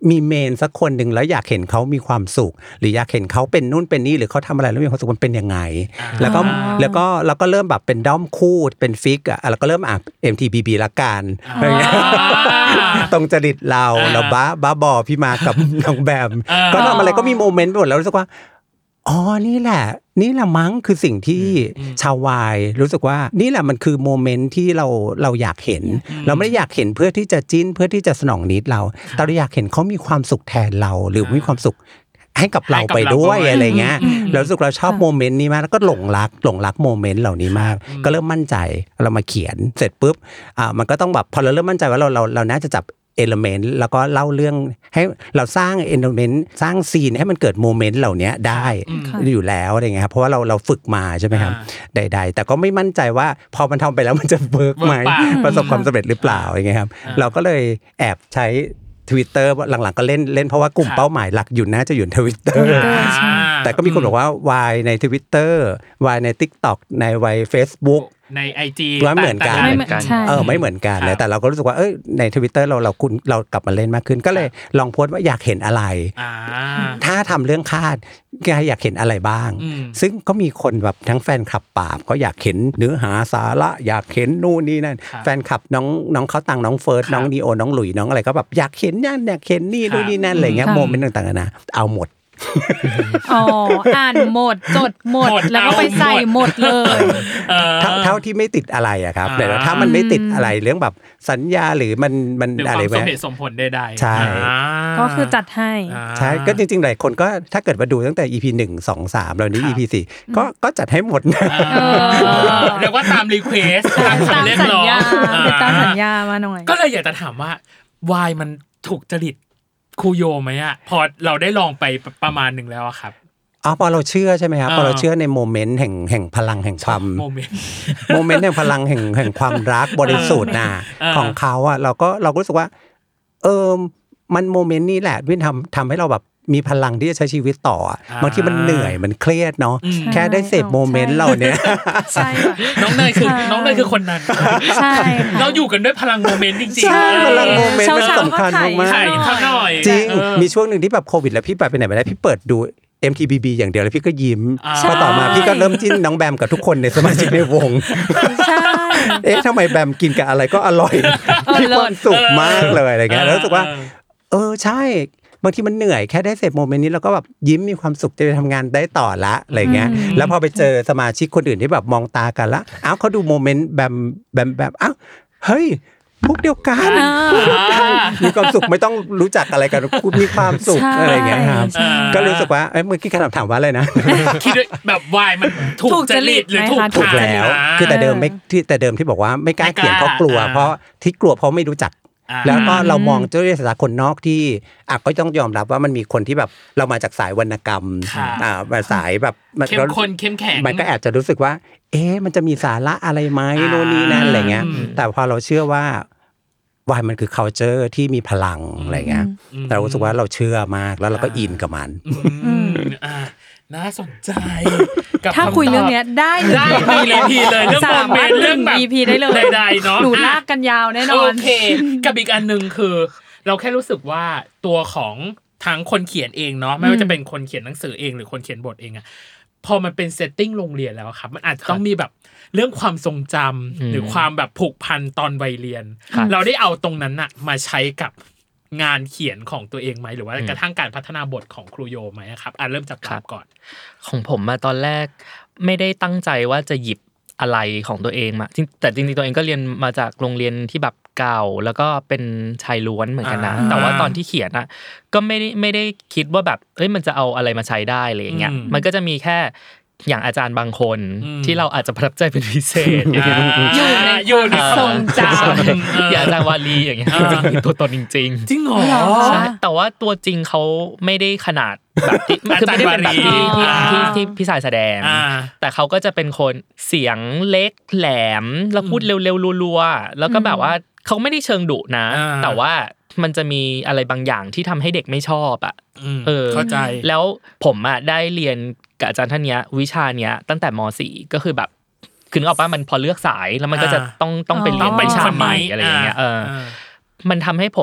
มีเมนสักคนหนึ่งแล้วอยากเห็นเขามีความสุขหรืออยากเห็นเขาเป็นนู่นเป็นนี่หรือเขาทำอะไรแล้วมีความสุขมันเป็นยังไงแล้วก็เริ่มแบบเป็นด้อมคู่เป็นฟิกอ่ะแล้วก็เริ่มMTBB ละกันอะไรเงี้ยตรงจริตเราแล้วบ้าบอพี่มากับน้องแบมก็ทำอะไรก็มีโมเมนต์หมดแล้วรู้สึกว่าอ๋อนี่แหละมั้งคือสิ่งที่ชาววายรู้สึกว่านี่แหละมันคือโมเมนต์ที่เราอยากเห็นเราไม่ได้อยากเห็นเพื่อที่จะจิ้นเพื่อที่จะสนองนิดเราแต่เราอยากเห็นเขามีความสุขแทนเราหรือมีความสุขให้กับเราไปด้วยอะไรเงี้ยแล้วรู้สึกเราชอบโมเมนต์นี้มากแล้วก็หลงรักโมเมนต์เหล่านี้มากก็เริ่มมั่นใจเรามาเขียนเสร็จปุ๊บมันก็ต้องแบบพอเราเริ่มมั่นใจว่าเราน่าจะจับเอลิเมนต์แล้วก็เล่าเรื่องให้เราสร้างเอลิเมนต์สร้างซีนให้มันเกิดโมเมนต์เหล่านี้ได้อยู่แล้วอะไรเงี้ยครับเพราะว่าเราฝึกมาใช่ไหมครับใดๆแต่ก็ไม่มั่นใจว่าพอมันทำไปแล้วมันจะเวิร์กไหมประสบความสำเร็จหรือเปล่าอย่างเงี้ยครับเราก็เลยแอบใช้ Twitter หลังๆก็เล่นเพราะว่ากลุ่มเป้าหมายหลักอยู่น่าจะอยู่ Twitter แต่ก็มีคนบอกว่าวายใน Twitter วายใน TikTok ในวาย Facebook ใน IG ไม่เหมือนกันไม่เหมือนกันเลยแต่เราก็รู้สึกว่าใน Twitter เรากลับมาเล่นมากขึ้นก็เลยลองโพสต์ว่าอยากเห็นอะไรถ้าทำเรื่องคาดอยากเห็นอะไรบ้างซึ่งก็มีคนแบบทั้งแฟนคลับปราบก็อยากเห็นเนื้อหาสาระอยากเห็นนู่นนี่นั่นแฟนคลับน้องเขาตังน้องเฟิร์สน้องนีโอน้องหลุยน้องอะไรก็แบบอยากเห็นนั่นอยากเห็นนี่นู่นนี่นั่นอะไรเงี้ยโมเมนต์ต่างๆนะเอาหมดอ่านหมดจดหมดแล้วก็ไปใส่หมดเลยเท่าที่ไม่ติดอะไรอะครับแต่ถ้ามันไม่ติดอะไรเรื่องแบบสัญญาหรือมันอะไรแบบสมเหตุสมผลได้ใช่ก็คือจัดให้ใช่ก็จริงๆหลายคนก็ถ้าเกิดมาดูตั้งแต่ EP 1 2 3แล้วนี้ EP 4ก็จัดให้หมดนะเรียกว่าตามรีเควสตามสัญญามาหน่อยก็เลยอยากจะถามว่าวายมันถูกจริตครูโยไหมอ่ะพอเราได้ลองไปประมาณหนึ่งแล้วครับพอเราเชื่อใช่ไหมครับพอเราเชื่อในโมเมนต์แห่งพลังแห่งความโมเมนต์แห่งพลังแห่งความรักบริสุทธิ์น่ะของเขาอ่ะเราก็รู้สึกว่ามันโมเมนต์นี้แหละที่ทำให้เราแบบมีพลังที่จะใช้ชีวิตต่อบางทีมันเหนื่อยมันเครียดเนาะแค่ได้เสพโมเมนต์เราเนี่ยใช่น้องเนยคือคนนั้นใช่เราอยู่กันด้วยพลังโมเมนต์จริงๆพลังโมเมนต์มันสำคัญมากๆจริงมีช่วงนึงที่แบบโควิดแล้วพี่ไปไหนไม่ได้พี่เปิดดู MTBB อย่างเดียวแล้วพี่ก็ยิ้มพอต่อมาพี่ก็เริ่มจิ้นน้องแบมกับทุกคนในสมาชิกในวงใช่ทำไมแบมกินกับอะไรก็อร่อยมีความสุขมากเลยอะไรเงี้ยแล้วรู้สึกว่าใช่บางทีมันเหนื่อยแค่ได้เสพโมเมนต์นี้แล้วก็แบบยิ้มมีความสุขจะไปทำงานได้ต่อละอะไรเงี้ยแล้วพอไปเจอสมาชิกคนอื่นที่แบบมองตากันละเขาดูโมเมนต์แบมเฮ้ยพวกเดียวกันมีความสุขไม่ต้องรู้จักอะไรกันมีความสุขอะไรเงี้ยครับก็รู้สึกว่าเมื่อกี้คำถามว่าอะไรนะคิดแบบวายมันถูกจริตหรือถูกแล้วคือแต่เดิมที่บอกว่าไม่กล้าเขียนเพราะกลัวเพราะไม่รู้จักแล้วก็เรามองด้วยสายตาคนนอกที่ก็ต้องยอมรับว่ามันมีคนที่แบบเรามาจากสายวรรณกรรมมาสายแบบเข้มข้นเข้มแข็งมันก็อาจจะรู้สึกว่ามันจะมีสาระอะไรไหมโน่นนี่นั่นอะไรเงี้ยแต่พอเราเชื่อว่าวายมันคือ culture ที่มีพลังอะไรเงี้ยเรารู้สึกว่าเราเชื่อมากแล้วเราก็อินกับมันน่าสนใจถ้าคุยเรื่องนี้ได้มีเลยพีเลยเรื่องโมเมนต์เรื่องแบบ EP ได้เลยใดๆเนาะหนูลากกันยาวแน่นอนโอเคกับอีกอันนึงคือเราแค่รู้สึกว่าตัวของทั้งคนเขียนเองเนาะไม่ว่าจะเป็นคนเขียนหนังสือเองหรือคนเขียนบทเองอะพอมันเป็นเซตติ้งโรงเรียนแล้วครับมันอาจจะต้องมีแบบเรื่องความทรงจำหรือความแบบผูกพันตอนวัยเรียนเราได้เอาตรงนั้นอะมาใช้กับงานเขียนของตัวเองไหมหรือว่ากระทั่งการพัฒนาบทของครูโยไหมครับเริ่มจากก่อนของผมมาตอนแรกไม่ได้ตั้งใจว่าจะหยิบอะไรของตัวเองมาแต่จริงๆตัวเองก็เรียนมาจากโรงเรียนที่แบบเก่าแล้วก็เป็นชายล้วนเหมือนกันนะแต่ว่าตอนที่เขียนอ่ะก็ไม่ได้คิดว่าแบบมันจะเอาอะไรมาใช้ได้อะไรอย่างเงี้ยมันก็จะมีแค่อย่างอาจารย์บางคนที่เราอาจจะประทับใจเป็นพิเศษอยู่ในทรงจำอย่างอาจารย์วาลีอย่างเงี้ยตัวตนจริงจริงเหรอใช่แต่ว่าตัวจริงเขาไม่ได้ขนาดแบบคือไม่ได้เป็นแบบที่พี่สายแสดงแต่เขาก็จะเป็นคนเสียงเล็กแหลมแล้วพูดเร็วๆรัวๆแล้วก็แบบว่าเขาไม่ได้เชิงดุนะแต่ว่ามันจะมีอะไรบางอย่างที่ทำให้เด็กไม่ชอบเข้าใจแล้วผมได้เรียนกับอาจารย์ท่านเนี้ยวิชาเนี้ยตั้งแต่ม.4 ก็คือแบบคือนึกออกป่ะมันพอเลือกสายแล้วมันก็จะต้องไปเรียนวิชาใหม่อะไรอย่างเงี้ยมันทำให้ผมแบบ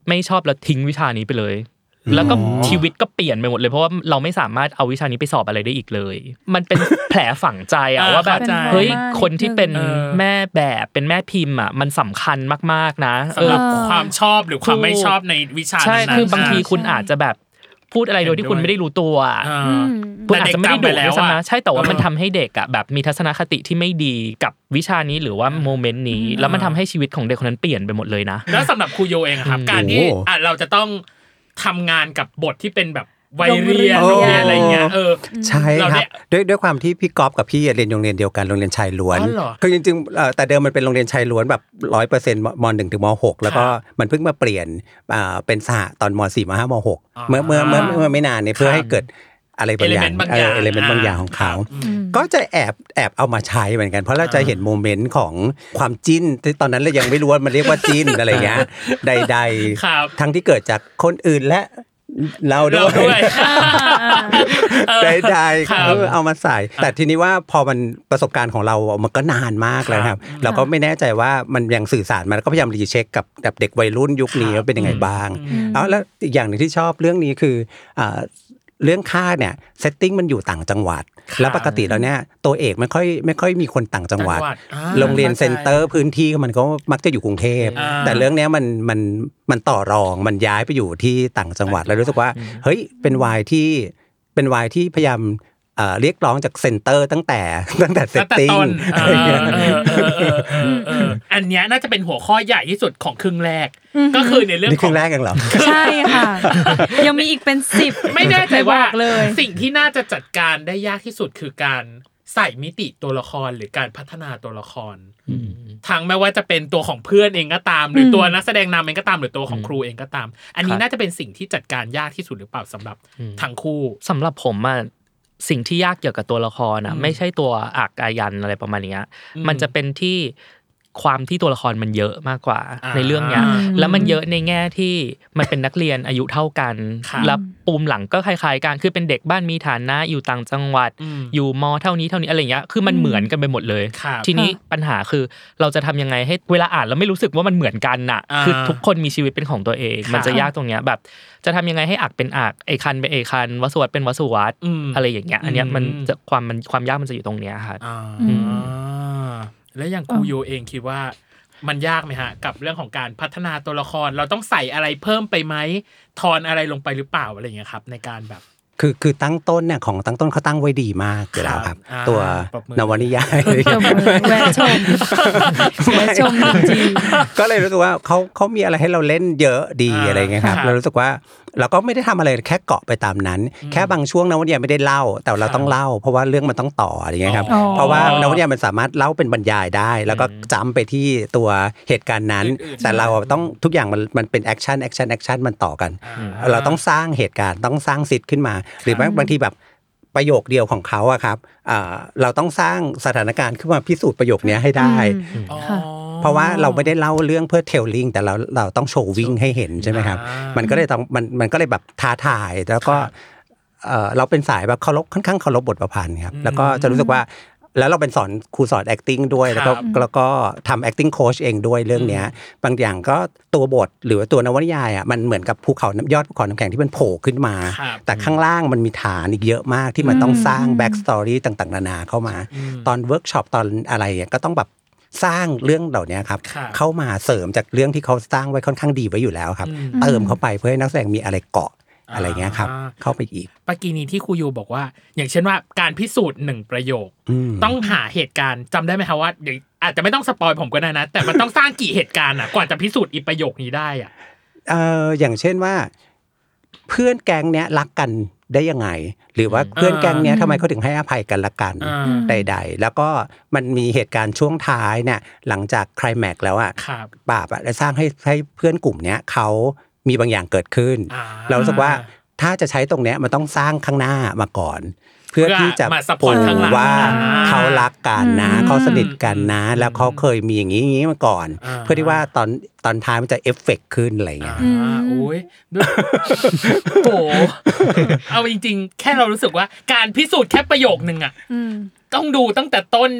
ไม่ชอบแล้วทิ้งวิชานี้ไปเลยแล้วก็ชีวิตก็เปลี่ยนไปหมดเลยเพราะว่าเราไม่สามารถเอาวิชานี้ไปสอบอะไรได้อีกเลยมันเป็นแผลฝังใจอะว่าแบบเฮ้ยคนที่เป็นแม่แบบเป็นแม่พิมพ์อะมันสำคัญมากๆนะสำหรับความชอบหรือความไม่ชอบในวิชานั้นใช่คือบางทีคุณอาจจะแบบพูดอะไรโดยที่คุณไม่ได้รู้ตัวคุณอาจจะไม่ได้ดุด้วยซ้ำนะใช่แต่ว่ามันทำให้เด็กอะแบบมีทัศนคติที่ไม่ดีกับวิชานี้หรือว่าโมเมนต์นี้แล้วมันทำให้ชีวิตของเด็กคนนั้นเปลี่ยนไปหมดเลยนะแล้วสำหรับครูโยเองครับการที่เราจะต้องทำงานกับบทที่เป็นแบบวัยเรียนอะไรเงี้ยใช่ครับด้วยความที่พี่ก๊อฟกับพี่เรียนโรงเรียนเดียวกันโรงเรียนชายล้วนคือจริงๆแต่เดิมมันเป็นโรงเรียนชายล้วนแบบ 100%ม.1 ถึงม.6 แล้วก็มันเพิ่งมาเปลี่ยนเป็นสหตอนม.4 ม.5 ม.6 เมื่อไม่นานเนี่ยเพื่อให้เกิดอะไรบางอย่างเอลิเมนต์บางอย่างของเขาก็จะแอบเอามาใช้เหมือนกันเพราะเราจะเห็นโมเมนต์ของความจิ้นที่ตอนนั้นเรายังไม่รู้ว่ามันเรียกว่าจิ้นอะไรเงี้ยใดๆทั้งที่เกิดจากคนอื่นและเราด้วยได้เอามาใส่แต่ทีนี้ว่าพอมันประสบการณ์ของเรามันก็นานมากแล้วครับเราก็ไม่แน่ใจว่ามันยังสื่อสารมาแล้วก็พยายามรีเช็คกับเด็กวัยรุ่นยุคนี้ว่าเป็นยังไงบ้างแล้วอีกอย่างนึงที่ชอบเรื่องนี้คือเรื่องค่าเนี่ยเซตติ้งมันอยู่ต่างจังหวัดแล้วปกติแล้วเนี่ยตัวเอกไม่ค่อยมีคนต่างจังหวัดโรงเรียนเซ็นเตอร์พื้นที่มันก็มักจะอยู่กรุงเทพแต่เรื่องนี้มันต่อรองมันย้ายไปอยู่ที่ต่างจังหวัดแล้วรู้สึกว่าเฮ้ยเป็นวายที่พยายามเรียกร้องจากเซ็นเตอร์ตั้งแต่เซตติ้งอันนี้น่าจะเป็นหัวข้อใหญ่ที่สุดของครึ่งแรกก็คือในเรื่องของครึ่งแรกเองเหรอใช่ค่ะยังมีอีกเป็น10 ไม่แน่ใจว่าสิ่งที่น่าจะจัดการได้ยากที่สุดคือการใส่มิติตัวละครหรือการพัฒนาตัวละครทั้งแม้ว่าจะเป็นตัวของเพื่อนเองก็ตามหรือตัวนักแสดงนำเองก็ตามหรือตัวของครูเองก็ตามอันนี้น่าจะเป็นสิ่งที่จัดการยากที่สุดหรือเปล่าสำหรับทั้งคู่สำหรับผมอะสิ่งที่ยากเกี่ยวกับตัวละครนะไม่ใช่ตัวอักอายันอะไรประมาณนี้มันจะเป็นที่ความที่ตัวละครมันเยอะมากกว่าในเรื่องเนี้ยแล้วมันเยอะในแง่ที่มันเป็นนักเรียนอายุเท่ากันแล้วปูมหลังก็คล้ายๆกันคือเป็นเด็กบ้านมีฐานะอยู่ต่างจังหวัดอยู่ม.เท่านี้อะไรเงี้ยคือมันเหมือนกันไปหมดเลยทีนี้ปัญหาคือเราจะทำยังไงให้เวลาอ่านแล้วไม่รู้สึกว่ามันเหมือนกันน่ะคือทุกคนมีชีวิตเป็นของตัวเองมันจะยากตรงเนี้ยแบบจะทำยังไงให้อักเป็นอักไอคันเป็นไอคันวสุวัตเป็นวสุวัตอะไรอย่างเงี้ยอันเนี้ยมันจะความยากมันจะอยู่ตรงเนี้ยครับแล้วอย่างครูโยเองคิดว่ามันยากไหมฮะกับเรื่องของการพัฒนาตัวละครเราต้องใส่อะไรเพิ่มไปไหมทอนอะไรลงไปหรือเปล่าอะไรอย่างเงี้ยครับในการแบบคือตั้งต้นเนี่ยของตั้งต้นเขาตั้งไว้ดีมากอยู่แล้วครับตัวนวนิยายแวะชมจริงก็เลยรู้สึกว่าเขามีอะไรให้เราเล่นเยอะดีอะไรเงี้ยครับเรารู้สึกว่าเราก็ไม่ได้ทำอะไรแค่เกาะไปตามนั้นแค่บางช่วงนวนิยายไม่ได้เล่าแต่เราต้องเล่าเพราะว่าเรื่องมันต้องต่ออะไรเงี้ยครับเพราะว่านวนิยายมันสามารถเล่าเป็นบรรยายได้แล้วก็จำไปที่ตัวเหตุการณ์นั้นแต่เราต้องทุกอย่างมันเป็นแอคชั่นมันต่อกันเราต้องสร้างเหตุการณ์ต้องสร้างซิทขึ้นมาหรือบางทีแบบประโยคเดียวของเขาอะครับเราต้องสร้างสถานการณ์ขึ้นมาพิสูจน์ประโยคนี้ให้ได้เพราะว่าเราไม่ได้เล่าเรื่องเพื่อเทลลิ่งแต่เราต้องโชว์วิ่งให้เห็นใช่ไหมครับมันก็เลยต้องมันก็เลยแบบท้าทายแล้วก็เราเป็นสายแบบค่อนข้างเคารพบทประพันธ์ครับแล้วก็จะรู้สึกว่าแล้วเราเป็นครูสอน acting ด้วยแล้วก็ทำ acting coach เองด้วยเรื่องเนี้ยบางอย่างก็ตัวบทหรือตัวนวนิยายอ่ะมันเหมือนกับยอดภูเขาน้ำแข็งที่มันโผล่ขึ้นมาแต่ข้างล่างมันมีฐานอีกเยอะมากที่มันต้องสร้าง back story ต่างๆนานาเข้ามาตอนเวิร์กช็อปตอนอะไรก็ต้องแบบสร้างเรื่องเหล่านี้ครับเข้ามาเสริมจากเรื่องที่เขาสร้างไว้ค่อนข้างดีไว้อยู่แล้วครับเติมเข้าไปเพื่อให้นักแสดงมีอะไรเกาะอะไรเงี้ยครับเข้าไปอีกปกี้นี้ที่ครูยูบอกว่าอย่างเช่นว่าการพิสูจน์1ประโยคต้องหาเหตุการณ์จำได้ไหมครับว่าเดี๋ยวอาจจะไม่ต้องสปอยผมก็ได้นะแต่มันต้องสร้างกี่เหตุการณ์กว่าจะพิสูจน์อีประโยคนี้ได้อย่างเช่นว่าเพื่อนแก๊งเนี้ยรักกันได้ยังไงหรือว่าเพื่อนแก๊งเนี้ยทำไมเขาถึงให้อภัยกันละกันใดๆแล้วก็มันมีเหตุการณ์ช่วงท้ายเนี่ยหลังจากไคลแม็กซ์แล้วปราบได้สร้างให้เพื่อนกลุ่มเนี้ยเขามีบางอย่างเกิดขึ้นเรารู้สึกว่าถ้าจะใช้ตรงเนี้ยมันต้องสร้างข้างหน้ามาก่อนเพื่อที่จะปูว่าเขารักกันนะเขาสนิทกันนะแล้วเขาเคยมีอย่างนี้มาก่อนเพื่อที่ว่าตอนท้ายมันจะเอฟเฟกต์ขึ้นอะไรเงี้ยโอ้ยโหเอาจริงๆแค่เรารู้สึกว่าการพิสูจน์แค่ประโยคนึงต้องดูตั้งแต่ต้นแบบ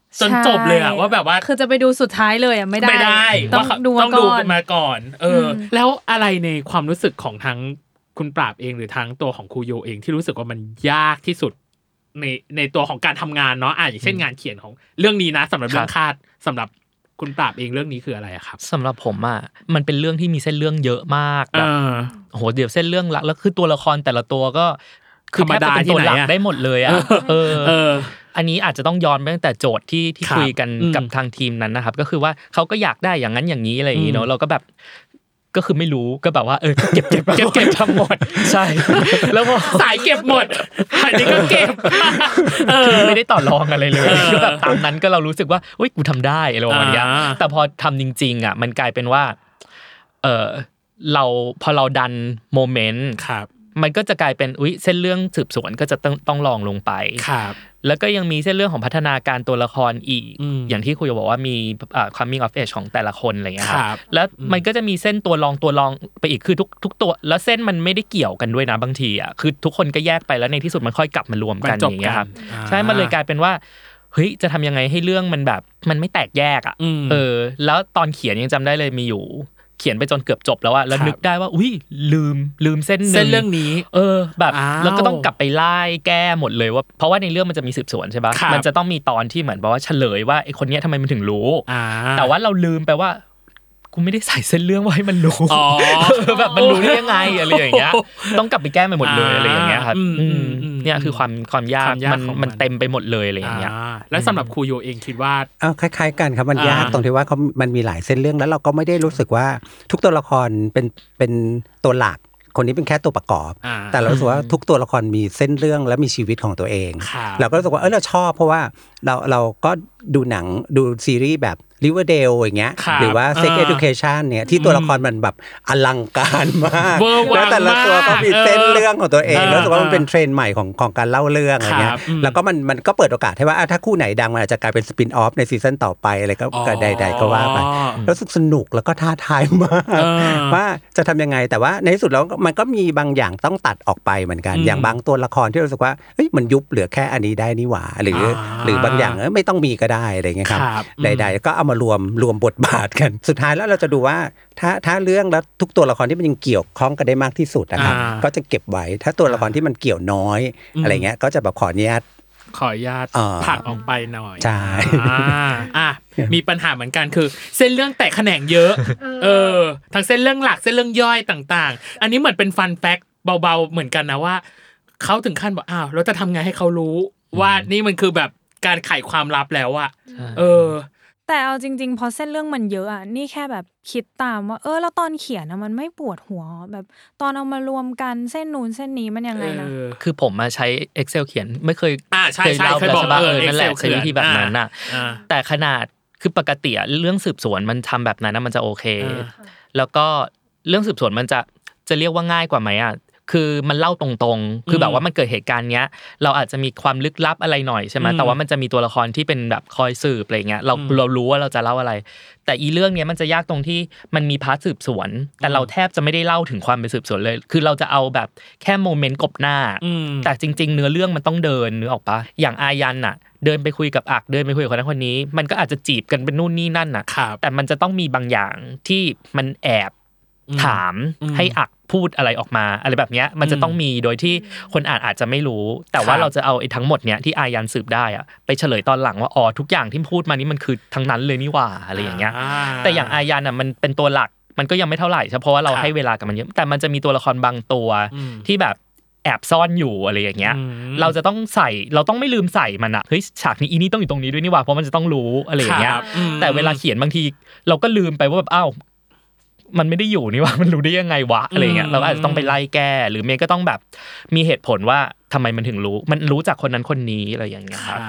จนจบเลยอะว่าแบบว่าคือจะไปดูสุดท้ายเลยอะไม่ได้ต้องดูมาก่อนแล้วอะไรในความรู้สึกของทั้งคุณปราบเองหรือทั้งตัวของครูโยเองที่รู้สึกว่ามันยากที่สุดในตัวของการทำงานเนาะอย่างเช่นงานเขียนของเรื่องนี้นะสำหรับเรื่องคาดสำหรับคุณปราบเองเรื่องนี้คืออะไรครับสำหรับผมมันเป็นเรื่องที่มีเส้นเรื่องเยอะมากแบบโหเดี๋ยวเส้นเรื่องหลักแล้วคือตัวละครแต่ละตัวก็คือแทบจะเป็นตัวหลักได้หมดเลยอันนี้อาจจะต้องย้อนไปตั้งแต่โจทย์ที่คุยกันกับทางทีมนั้นนะครับก็คือว่าเขาก็อยากได้อย่างนั้นอย่างนี้อะไรอย่างนี้เนาะเราก็แบบก็คือไม่รู้ก็แบบว่าเก็บทั้งหมดใช่แล้วพอสายเก็บหมดอันนี้ก็เก็บคือไม่ได้ต่อรองอะไรเลยก็แบบตามนั้นก็เรารู้สึกว่าอุ๊ยกูทำได้อะไรประมาณนี้แต่พอทำจริงๆมันกลายเป็นว่าเราพอเราดันโมเมนต์มันก็จะกลายเป็นอุ๊ยเส้นเรื่องสืบสวนก็จะต้องลองลงไปแล้วก็ยังมีเส้นเรื่องของพัฒนาการตัวละครอีกอย่างที่คุยบอกว่ามีcoming of age ของแต่ละคนอะไรเงี้ยครับแล้วมันก็จะมีเส้นตัวรองไปอีกคือทุกตัวแล้วเส้นมันไม่ได้เกี่ยวกันด้วยนะบางทีคือทุกคนก็แยกไปแล้วในที่สุดมันค่อยกลับมารวมกันอย่างเงี้ยครับใช่มันเลยกลายเป็นว่าเฮ้ยจะทำยังไงให้เรื่องมันแบบมันไม่แตกแยกแล้วตอนเขียนยังจำได้เลยมีอยู่เขียนไปจนเกือบจบแล้วแล้วนึกได้ว่าอุ้ยลืมเส้นเรื่องนี้แบบแล้วก็ต้องกลับไปไล่แก้หมดเลยว่าเพราะว่าในเรื่องมันจะมีสืบสวนใช่ปะมันจะต้องมีตอนที่เหมือนว่าเฉลยว่าไอ้คนนี้ทำไมมันถึงรู้แต่ว่าเราลืมไปว่ากูไม่ได้ใส่เส้นเรื่องไว้ให้มันรู้แบบมันรู้ได้ยังไงอะไรอย่างเงี้ยต้องกลับไปแก้ไปหมดเลยอะไรอย่างเงี้ยครับเนี่ยคือความยากมันเต็มไปหมดเลยอะไรอย่างเงี้ยแล้วสำหรับครูโยเองคิดว่าคล้ายๆกันครับมันยากตรงที่ว่ามันมีหลายเส้นเรื่องแล้วเราก็ไม่ได้รู้สึกว่าทุกตัวละครเป็นตัวหลักคนนี้เป็นแค่ตัวประกอบแต่เรารู้สึกว่าทุกตัวละครมีเส้นเรื่องและมีชีวิตของตัวเองเราก็รู้สึกว่าเราชอบเพราะว่าเราก็ดูหนังดูซีรีส์แบบRiverdale อย่างเงี้ยหรือว่า Sex Education เนี่ยที่ตัวละครมันแบบอลังการมากแล้วแต่ละตัวก็มีเส้นเรื่องของตัวเองแล้วรู้สึกว่ามันเป็นเทรนด์ใหม่ของการเล่าเรื่องอะไรเงี้ยแล้วก็มันก็เปิดโอกาสให้ว่าถ้าคู่ไหนดังมันอาจจะกลายเป็นสปินออฟในซีซั่นต่อไปอะไรก็ใดๆก็ว่าไปรู้สึกสนุกแล้วก็ท้าทายมากว่าจะทำยังไงแต่ว่าในที่สุดแล้วมันก็มีบางอย่างต้องตัดออกไปเหมือนกันอย่างบางตัวละครที่รู้สึกว่าเฮ้ยมันยุบเหลือแค่อันนี้ได้นี่หว่าหรือบางอย่างไม่ต้องมีก็ได้อะไรเงี้ยครับใดๆก็เอามารวมบทบาทกันสุดท้ายแล้วเราจะดูว่าถ้าเรื่องแล้วทุกตัวละครที่มันยังเกี่ยวข้องกันได้มากที่สุดนะครับก็จะเก็บไว้ถ้าตัวละครที่มันเกี่ยวน้อยอะไรเงี้ยก็จะแบบขออนุญาตผักออกไปหน่อยใช่มีปัญหาเหมือนกันคือเส้นเรื่องแตกแขนงเยอะทั้งเส้นเรื่องหลักเส้นเรื่องย่อยต่างๆอันนี้เหมือนเป็นฟันแฟกต์เบาๆเหมือนกันนะว่าเขาถึงขั้นบอกเราจะทำไงให้เขารู้ว่านี่มันคือแบบการไขความลับแล้วแต่เอาจริงๆพอเส้นเรื่องมันเยอะนี่แค่แบบคิดตามว่าแล้วตอนเขียนมันไม่ปวดหัวแบบตอนเอามารวมกันเส้นนู้นเส้นนี้มันยังไงนะคือผมมาใช้ Excel เขียนไม่เคยเล่าแล้วใช่ป่ะนั่นแหละใช้วิธีแบบนั้นน่ะแต่ขนาดคือปกติเรื่องสืบสวนมันทำแบบนั้นมันจะโอเคแล้วก็เรื่องสืบสวนมันจะเรียกว่าง่ายกว่าไหมคือมันเล่าตรงๆคือแบบว่ามันเกิดเหตุการณ์เนี้ยเราอาจจะมีความลึกลับอะไรหน่อยใช่ไหมแต่ว่ามันจะมีตัวละครที่เป็นแบบคอยสืบอะไรเงี้ยเรารู้ว่าเราจะเล่าอะไรแต่อีเรื่องเนี้ยมันจะยากตรงที่มันมีพาร์ทสืบสวนแต่เราแทบจะไม่ได้เล่าถึงความเป็นสืบสวนเลยคือเราจะเอาแบบแค่โมเมนต์กบหน้าแต่จริงๆเนื้อเรื่องมันต้องเดินนึกออกปะอย่างอายันน่ะเดินไปคุยกับอักเดินไปคุยกับคนนั้นคนนี้มันก็อาจจะจีบกันเป็นนู่นนี่นั่นน่ะแต่มันจะต้องมีบางอย่างที่มันแอบถามให้อักพูดอะไรออกมาอะไรแบบนี้มันจะต้องมีโดยที่คนอ่านอาจจะไม่รู้แต่ว่าเราจะเอาไอ้ทั้งหมดเนี้ยที่อายันสืบได้ไปเฉลยตอนหลังว่าทุกอย่างที่พูดมานี่มันคือทั้งนั้นเลยนี่หว่าอะไรอย่างเงี้ยแต่อย่างอายันมันเป็นตัวหลักมันก็ยังไม่เท่าไหร่เพราะว่าเราให้เวลากับมันเยอะแต่มันจะมีตัวละครบางตัวที่แบบแอบซ่อนอยู่อะไรอย่างเงี้ยเราจะต้องใส่เราต้องไม่ลืมใส่มันเฮ้ยฉากนี้อีนี่ต้องอยู่ตรงนี้ด้วยนี่หว่าเพราะมันจะต้องรู้อะไรอย่างเงี้ยแต่เวลาเขียนบางทีเราก็ลืมไปว่าแบบมันไม่ได้อยู่นี่ว่ามันรู้ได้ยังไงวะอะไรเงี้ยเราอาจจะต้องไปไล่แก้หรือเมย์ก็ต้องแบบมีเหตุผลว่าทำไมมันถึงรู้มันรู้จากคนนั้นคนนี้อะไรอย่างเงี้ยครับ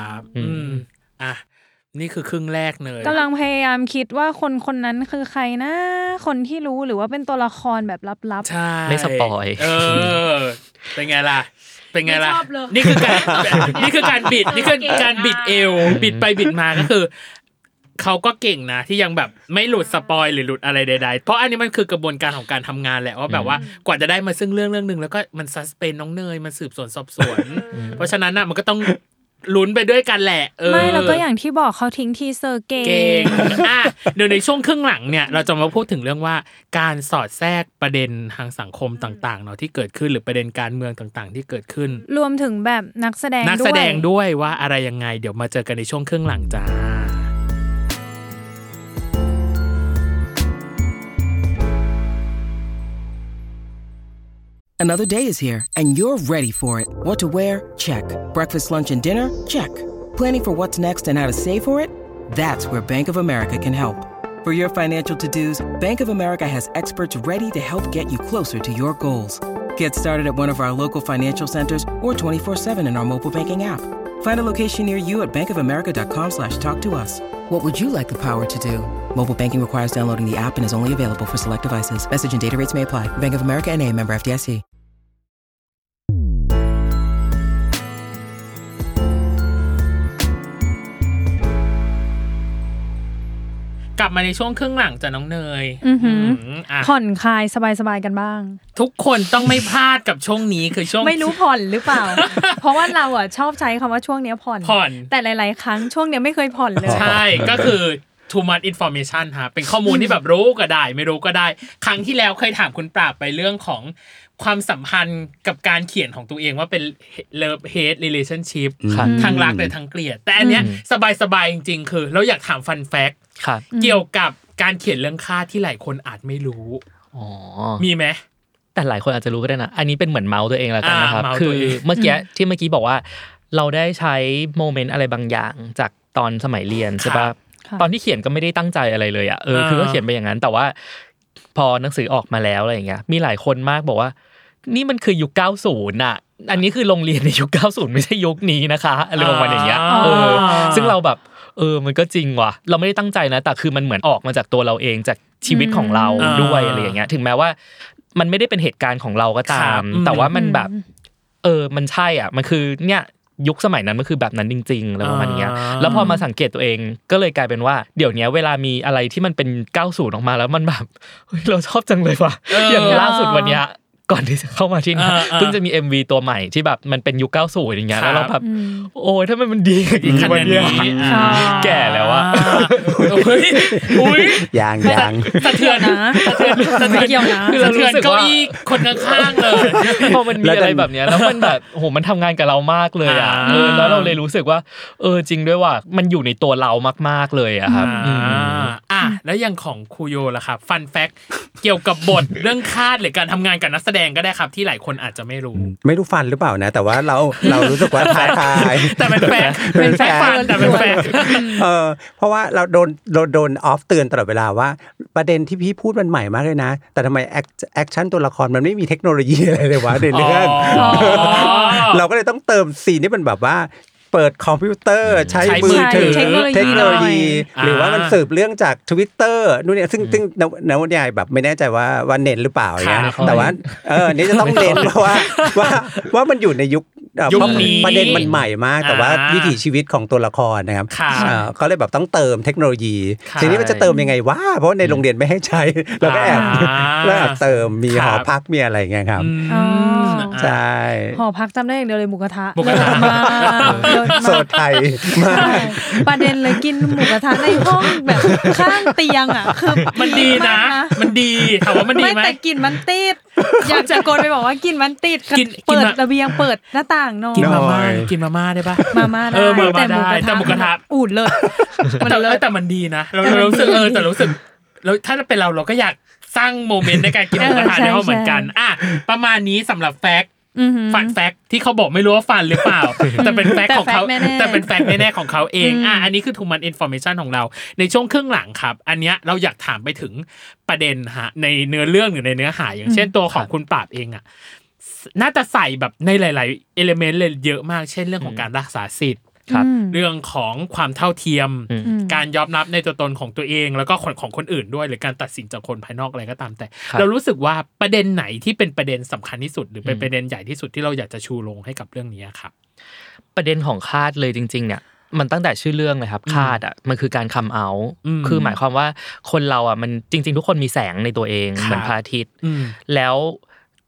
นี่คือครึ่งแรกเลยกำลังพยายามคิดว่าคนนั้นคือใครนะคนที่รู้หรือว่าเป็นตัวละครแบบลับๆไม่สปอยเป็นไงล่ะนี่คือการบิดนี่คือการบิดเอวบิดไปบิดมาก็คือเขาก็เก่งนะที่ยังแบบไม่หลุดสปอยหรือหลุดอะไรใดๆเพราะอันนี้มันคือกระบวนการของการทำงานแหละว่าแบบว่ากว่าจะได้มาซึ่งเรื่องนึงแล้วก็มันซัสเพนน้องเนยมันสืบสวนสอบสวนเพราะฉะนั้นน่ะมันก็ต้องลุ้นไปด้วยกันแหละไม่แล้วก็อย่างที่บอกเขาทิ้งทีเซอร์เก่งเดี๋ยวในช่วงครึ่งหลังเนี่ยเราจะมาพูดถึงเรื่องว่าการสอดแทรกประเด็นทางสังคมต่างๆเนาะที่เกิดขึ้นหรือประเด็นการเมืองต่างๆที่เกิดขึ้นรวมถึงแบบนักแสดงด้วยว่าอะไรยังไงเดี๋ยวมาเจอกันในช่วงครึ่งหลังจ้า Another day is here, and you're ready for it. What to wear? Check. Breakfast, lunch, and dinner? Check. Planning for what's next and how to save for it? That's where Bank of America can help. For your financial to-dos, Bank of America has experts ready to help get you closer to your goals. Get started at one of our local financial centers or 24/7 in our mobile banking app. Find a location near you at bankofamerica.com/talktous. What would you like the power to do? Mobile banking requires downloading the app and is only available for select devices. Message and data rates may apply. Bank of America NA, member FDIC. กลับมาในช่วงครึ่งหลังจ้ะน้องเนยผ่อนคลายสบายๆกันบ้างทุกคนต้องไม่พลาดกับช่วงนี้คือช่วงไม่รู้ผ่อนหรือเปล่า เพราะว่าเราอ่ะชอบใช้คำว่าช่วงนี้ผ่อนแต่หลายๆครั้งช่วงนี้ไม่เคยผ่อนเลยใช่ก็คือ too much information ฮะเป็นข้อมูลที่แบบรู้ก็ได้ไม่รู้ก็ได้ครั้งที่แล้วเคยถามคุณปราบไปเรื่องของความสัมพันธ์กับการเขียนของตัวเองว่าเป็น love hate relationship ทั้งรักและทั้งเกลียดแต่อันเนี้ยสบายๆจริงๆคือเราอยากถาม fun fact เกี่ยวกับการเขียนเรื่องค่าที่หลายคนอาจไม่รู้มีไหมแต่หลายคนอาจจะรู้ก็ได้นะอันนี้เป็นเหมือนเมาส์ตัวเองแล้วกันนะครับคือเมื่อกี้บอกว่าเราได้ใช้โมเมนต์อะไรบางอย่างจากตอนสมัยเรียนใช่ป่ะตอนที่เขียนก็ไม่ได้ตั้งใจอะไรเลยอ่ะคือก็เขียนไปอย่างนั้นแต่ว่าพอหนังสือออกมาแล้วอะไรอย่างเงี้ยมีหลายคนมากบอกว่านี่มันคือยุค90น่ะอันนี้คือโรงเรียนในยุค90ไม่ใช่ยุคนี้นะคะอะไรประมาณอย่างเงี้ยซึ่งเราแบบมันก็จริงว่ะเราไม่ได้ตั้งใจนะแต่คือมันเหมือนออกมาจากตัวเราเองจากชีวิตของเราด้วยอะไรอย่างเงี้ยถึงแม้ว่ามันไม่ได้เป็นเหตุการณ์ของเราก็ตามแต่ว่ามันแบบมันใช่อ่ะมันคือเนี่ยยุคสมัยนั้นมันคือแบบนั้นจริงๆแล้วประมาณนี้แล้วพอมาสังเกตตัวเองก็เลยกลายเป็นว่าเดี๋ยวนี้เวลามีอะไรที่มันเป็น90ออกมาแล้วมันแบบเราชอบจังเลยว่ะอย่างล่าสุดวันนี้ก่อนที่จะเข้ามาที่นี่เพิ่งจะมี MV ตัวใหม่ที่แบบมันเป็นยุค90อย่างเงี้ยแล้วเราแบบโอ้ยถ้ามันดีอีกขนาดนี้แก่แล้วอะอุ้ยยังสะเทือนนะสะเทือนนะสะเทือนเก้าอี้คนข้างๆเลยพอมันมีอะไรแบบเนี้ยแล้วมันแบบโหมันทำงานกับเรามากเลยอะแล้วเราเลยรู้สึกว่าจริงด้วยว่ามันอยู่ในตัวเรามากๆเลยอะครับแล้วอย่างของครูโยล่ะครับฟันแฟกเกี่ยวกับบทเรื่องคาดหรือการทำงานกับนักแสดงก็ได้ครับที่หลายคนอาจจะไม่รู้ฟันหรือเปล่านะแต่ว่าเรารู้สึกว่าท้าทายแต่เป็นแฟกฟันแต่เป็นแฟกเพราะว่าเราโดนออฟเตือนตลอดเวลาว่าประเด็นที่พี่พูดมันใหม่มากเลยนะแต่ทำไมแอคชั่นตัวละครมันไม่มีเทคโนโลยีอะไรเลยวะในเรื่องเราก็เลยต้องเติมซีนที่มันแบบว่าเปิดคอมพิวเตอร์ใช้มือถือเทคโนโลยีหรือว่ามันสืบเรื่องจาก Twitter นู่นเนี่ยซึ่งนวนิยายแบบไม่แน่ใจว่าเน้นหรือเปล่าอย่างเงี้ยแต่ว่านี่จะต้องเน้นเพราะว่ามันอยู่ในยุคประเด็นมันใหม่มากแต่ว่าวิถีชีวิตของตัวละครนะครับเขาเลยแบบต้องเติมเทคโนโลยีทีนี้มันจะเติมยังไงวะเพราะในโรงเรียนไม่ให้ใช้เราก็แอบเติมมีหอพักมีอะไรอย่างเงี้ยครับใช่หอพักจำได้อย่างเดียวเลยหมูกระทะโซนไทยมาประเด็นเลยกินหมูกระทะในห้องแบบข้างเตียงอ่ะคือมันดีนะมันดีถามว่ามันดีไหมแต่กลิ่นมันติดอยากจะโกนไปบอกว่ากลิ่นมันติดเปิดระเบียงเปิดหน้าต่างนอนกินมาม่าได้ปะมาม่าได้แต่หมูกระทะอูดเลยแต่มันดีนะเรารู้สึกแต่รู้สึกแล้วถ้าเป็นเราก็อยากสร้างโมเมนต์ในการกินหมูกระทะในห้องเหมือนกันประมาณนี้สำหรับแฟกฟันแฟกที่เขาบอกไม่รู้ว่าฟันหรือเปล่าแต่เป็นแฟกของเขาแต่เป็นแฟกแน่ๆของเขาเองอันนี้คือ too much information ของเราในช่วงครึ่งหลังครับอันเนี้ยเราอยากถามไปถึงประเด็นฮะในเนื้อเรื่องหรือในเนื้อหาอย่างเช่นตัวของคุณปราบเองอ่ะน่าจะใส่แบบในหลายๆเอลิเมนต์เลยเยอะมากเช่นเรื่องของการรักษาสิทธิ์เรื่องของความเท่าเทียมการยอมรับในตัวตนของตัวเองแล้วก็ของคนอื่นด้วยหรือการตัดสินจากคนภายนอกอะไรก็ตามแต่เรารู้สึกว่าประเด็นไหนที่เป็นประเด็นสำคัญที่สุดหรือเป็นประเด็นใหญ่ที่สุดที่เราอยากจะชูลงให้กับเรื่องนี้ครับประเด็นของคาดเลยจริงๆเนี่ยมันตั้งแต่ชื่อเรื่องเลยครับคาดอ่ะมันคือการคัมเอาท์คือหมายความว่าคนเราอ่ะมันจริงๆทุกคนมีแสงในตัวเองเหมือนพระอาทิตย์แล้ว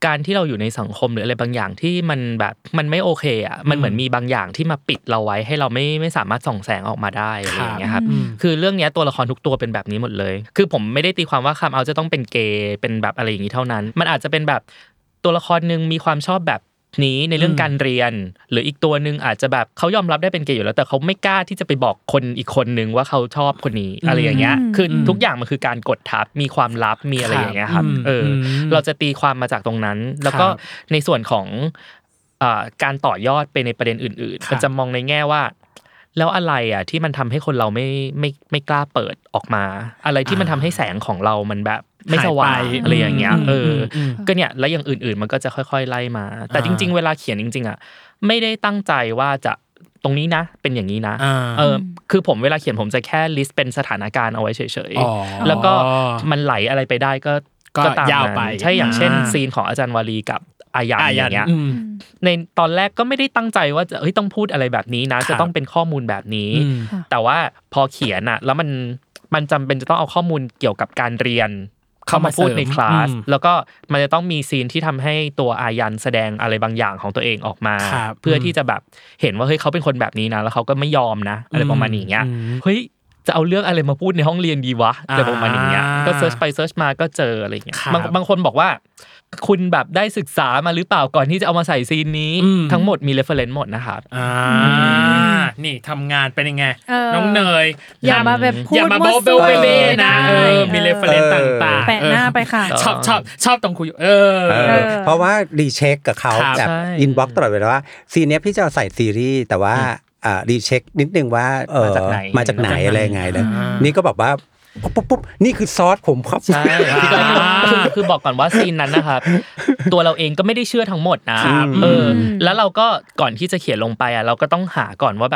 การที่เราอยู่ในสังคมหรืออะไรบางอย่างที่มันแบบมันไม่โอเคอ่ะมันเหมือนมีบางอย่างที่มาปิดเราไว้ให้เราไม่สามารถส่องแสงออกมาได้อะไรอย่างเงี้ยครับคือเรื่องนี้ตัวละครทุกตัวเป็นแบบนี้หมดเลยคือผมไม่ได้ตีความว่าคัมเอาท์จะต้องเป็นเกย์เป็นแบบอะไรอย่างนี้เท่านั้นมันอาจจะเป็นแบบตัวละครนึงมีความชอบแบบนี้ในเรื่องการเรียนหรืออีกตัวนึงอาจจะแบบเขายอมรับได้เป็นเกย์อยู่แล้วแต่เขาไม่กล้าที่จะไปบอกคนอีกคนนึงว่าเขาชอบคนนี้อะไรอย่างเงี้ยคือทุกอย่างมันคือการกดทับมีความลับมีอะไรอย่างเงี้ยครับเราจะตีความมาจากตรงนั้นแล้วก็ในส่วนของการต่อยอดไปในประเด็นอื่นๆมันจะมองในแง่ว่าแล้วอะไรอ่ะที่มันทำให้คนเราไม่กล้าเปิดออกมาอะไรที่มันทำให้แสงของเรามันแบบไม่สว่างอะไรอย่างเงี้ยก็เนี่ยแล้วอย่างอื่นๆมันก็จะค่อยๆไล่มาแต่จริงๆเวลาเขียนจริงๆอ่ะไม่ได้ตั้งใจว่าจะตรงนี้นะเป็นอย่างนี้นะคือผมเวลาเขียนผมจะแค่ลิสต์เป็นสถานการณ์เอาไว้เฉยๆแล้วก็มันไหลอะไรไปได้ก็ตามยาวไปใช่อย่างเช่นซีนของอาจารย์วารีกับอายันอย่างเงี้ยในตอนแรกก็ไม่ได้ตั้งใจว่าจะต้องพูดอะไรแบบนี้นะจะต้องเป็นข้อมูลแบบนี้แต่ว่าพอเขียนอ่ะแล้วมันจำเป็นจะต้องเอาข้อมูลเกี่ยวกับการเรียนเข้ามาพูดในคลาสแล้วก็มันจะต้องมีซีนที่ทำให้ตัวอายันแสดงอะไรบางอย่างของตัวเองออกมาเพื่อที่จะแบบเห็นว่าเฮ้ยเขาเป็นคนแบบนี้นะแล้วเขาก็ไม่ยอมนะอะไรประมาณนี้เงี้ยเฮ้ยจะเอาเรื่องอะไรมาพูดในห้องเรียนดีวะอะไรประมาณนี้เงี้ยก็เซิร์ชไปเซิร์ชมาก็เจออะไรเงี้ยบางคนบอกว่าคุณแบบได้ศึกษามาหรือเปล่าก่อนที่จะเอามาใส่ซีนนี้ทั้งหมดมี reference หมดนะครับนี่ทำงานเป็นยังไงน้องเนยอย่ามาแบบพูดอย่ามาโบเบลเบ้นะมี reference ต่างๆแปะหน้าไปค่ะชอบตรงคุยเพราะว่ารีเช็คกับเขาแบบอินบ็อกซ์ตลอดเวลาว่าซีนนี้พี่จะใส่ซีรีส์แต่ว่ารีเช็คนิดนึงว่ามาจากไหนอะไรไงแล้วนี่ก็แบบว่าปุ๊บนี่คือซอสผมครับใช่คือบอกก่อนว่าซีนนั้นนะครับตัวเราเองก็ไม่ได้เชื่อทั้งหมดนะแล้วเราก็ก่อนที่จะเขียนลงไปเราก็ต้องหาก่อนว่าแบบ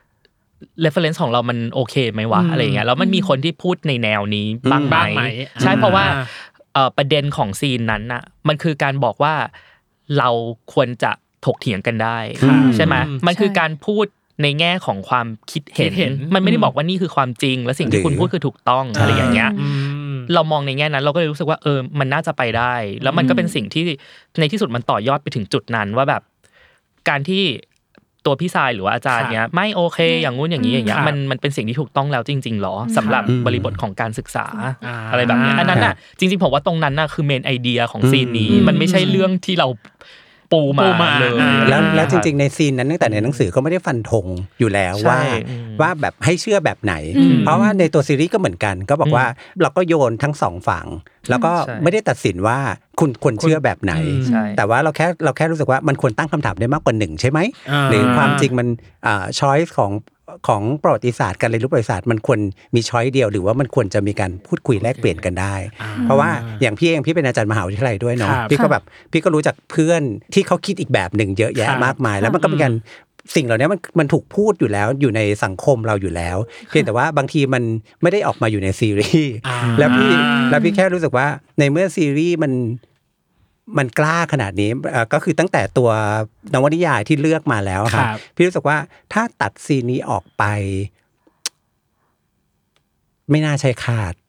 reference ของเรามันโอเคไหมวะอะไรอย่างเงี้ยแล้วมันมีคนที่พูดในแนวนี้บ้างไหมใช่เพราะว่าประเด็นของซีนนั้นน่ะมันคือการบอกว่าเราควรจะถกเถียงกันได้ใช่ไหมมันคือการพูดในแง่ของความคิดเห็นมันไม่ได้บอกว่านี่คือความจริงและสิ่งที่คุณพูดคือถูกต้องอะไรอย่างเงี้ยเรามองในแง่นั้นเราก็เลยรู้สึกว่ามันน่าจะไปได้แล้วมันก็เป็นสิ่งที่ในที่สุดมันต่อยอดไปถึงจุดนั้นว่าแบบการที่ตัวพี่ชายหรือว่าอาจารย์เนี้ยไม่โอเคอย่างงู้นอย่างนี้อย่างเงี้ยมันเป็นสิ่งที่ถูกต้องแล้วจริงๆหรอสำหรับบริบทของการศึกษาอะไรแบบนี้อันนั้นน่ะจริงๆผมว่าตรงนั้นน่ะคือเมนไอเดียของซีนนี้มันไม่ใช่เรื่องที่เราปูมาเลยแล้วจริงๆในซีนนั้นตั้งแต่ในหนังสือก็ไม่ได้ฟันธงอยู่แล้วว่าแบบให้เชื่อแบบไหนเพราะว่าในตัวซีรีส์ก็เหมือนกันก็บอกว่าเราก็โยนทั้งสองฝั่งแล้วก็ไม่ได้ตัดสินว่าคุณควรเชื่อแบบไหนแต่ว่าเราแค่รู้สึกว่ามันควรตั้งคำถามได้มากกว่า1ใช่ไหมหรือความจริงมันช้อยส์ของประวัติศาสตร์การเรียนรู้ประวัติศาสตร์มันควรมีช้อยเดียวหรือว่ามันควรจะมีการพูดคุยแลกเปลี่ยนกันได้เพราะว่าอย่างพี่เป็นอาจารย์มหาวิทยาลัยด้วยเนาะพี่ก็รู้จักเพื่อนที่เขาคิดอีกแบบหนึ่งเยอะแยะมากมายแล้วมันก็เป็นการสิ่งเหล่านี้มันถูกพูดอยู่แล้วอยู่ในสังคมเราอยู่แล้วเพียงแต่ว่าบางทีมันไม่ได้ออกมาอยู่ในซีรีส์แล้วพี่แค่รู้สึกว่าในเมื่อซีรีส์มันกล้าขนาดนี้ก็คือตั้งแต่ตัวนวนิยายที่เลือกมาแล้วครับพี่รู้สึกว่าถ้าตัดซีนนี้ออกไปไม่น่าใช่คาด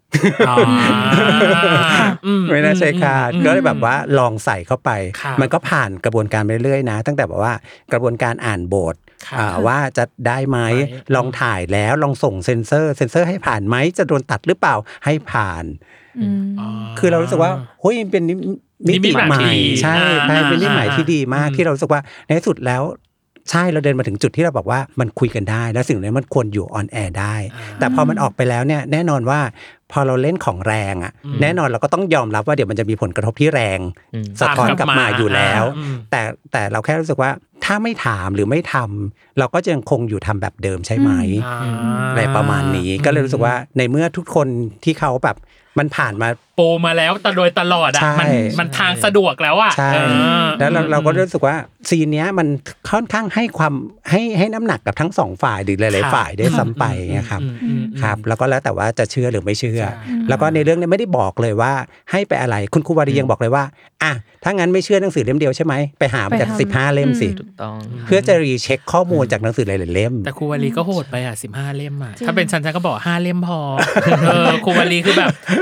ไม่น่าใช่คาดก็เลยแบบว่าลองใส่เข้าไปมันก็ผ่านกระบวนการไปเรื่อยๆนะตั้งแต่แบบว่ากระบวนการอ่านบทว่าจะได้ไหมลองถ่ายแล้วลองส่งเซ็นเซอร์ให้ผ่านไหมจะโดนตัดหรือเปล่าให้ผ่านคือเรารู้สึกว่าเฮ้ยเป็นมิติใหม่ใช่เป็นมิติใหม่ที่ดีมากที่เรารู้สึกว่าในที่สุดแล้วใช่เราเดินมาถึงจุดที่เราบอกว่ามันคุยกันได้แล้วสิ่งนี้มันควรอยู่ออนแอร์ได้แต่พอมันออกไปแล้วเนี่ยแน่นอนว่าพอเราเล่นของแรงอ่ะแน่นอนเราก็ต้องยอมรับว่าเดี๋ยวมันจะมีผลกระทบที่แรงสะท้อนกลับมาอยู่แล้วแต่เราแค่รู้สึกว่าถ้าไม่ถามหรือไม่ทำเราก็จะยังคงอยู่ทำแบบเดิมใช่ไหมอะไรประมาณนี้ก็เลยรู้สึกว่าในเมื่อทุกคนที่เขาแบบมันผ่านมาโปมาแล้วโดยตลอดอ่ะมันทางสะดวกแล้วอ่ะแล้วเราก็รู้สึกว่าซีนเนี้ยมันค่อนข้างให้ความให้น้ำหนักกับทั้งสองฝ่ายหรือหลายๆฝ่ายได้ซ้ำไปนะครับแล้วก็แล้วแต่ว่าจะเชื่อหรือไม่เชื่อแล้วก็ในเรื่องนี้ไม่ได้บอกเลยว่าให้ไปอะไรคุณครูวารียังบอกเลยว่าอ่ะถ้างั้นไม่เชื่อหนังสือเล่มเดียวใช่ไหมไปหามาจาก15เล่มสิถูกต้องเพื่อจะรีเช็คข้อมูลจากหนังสือหลายๆเล่มแต่ครูวารีก็โหดไปอ่ะ15เล่มอ่ะถ้าเป็นฉันก็บอก5เล่มพอครูวารีคือแบบ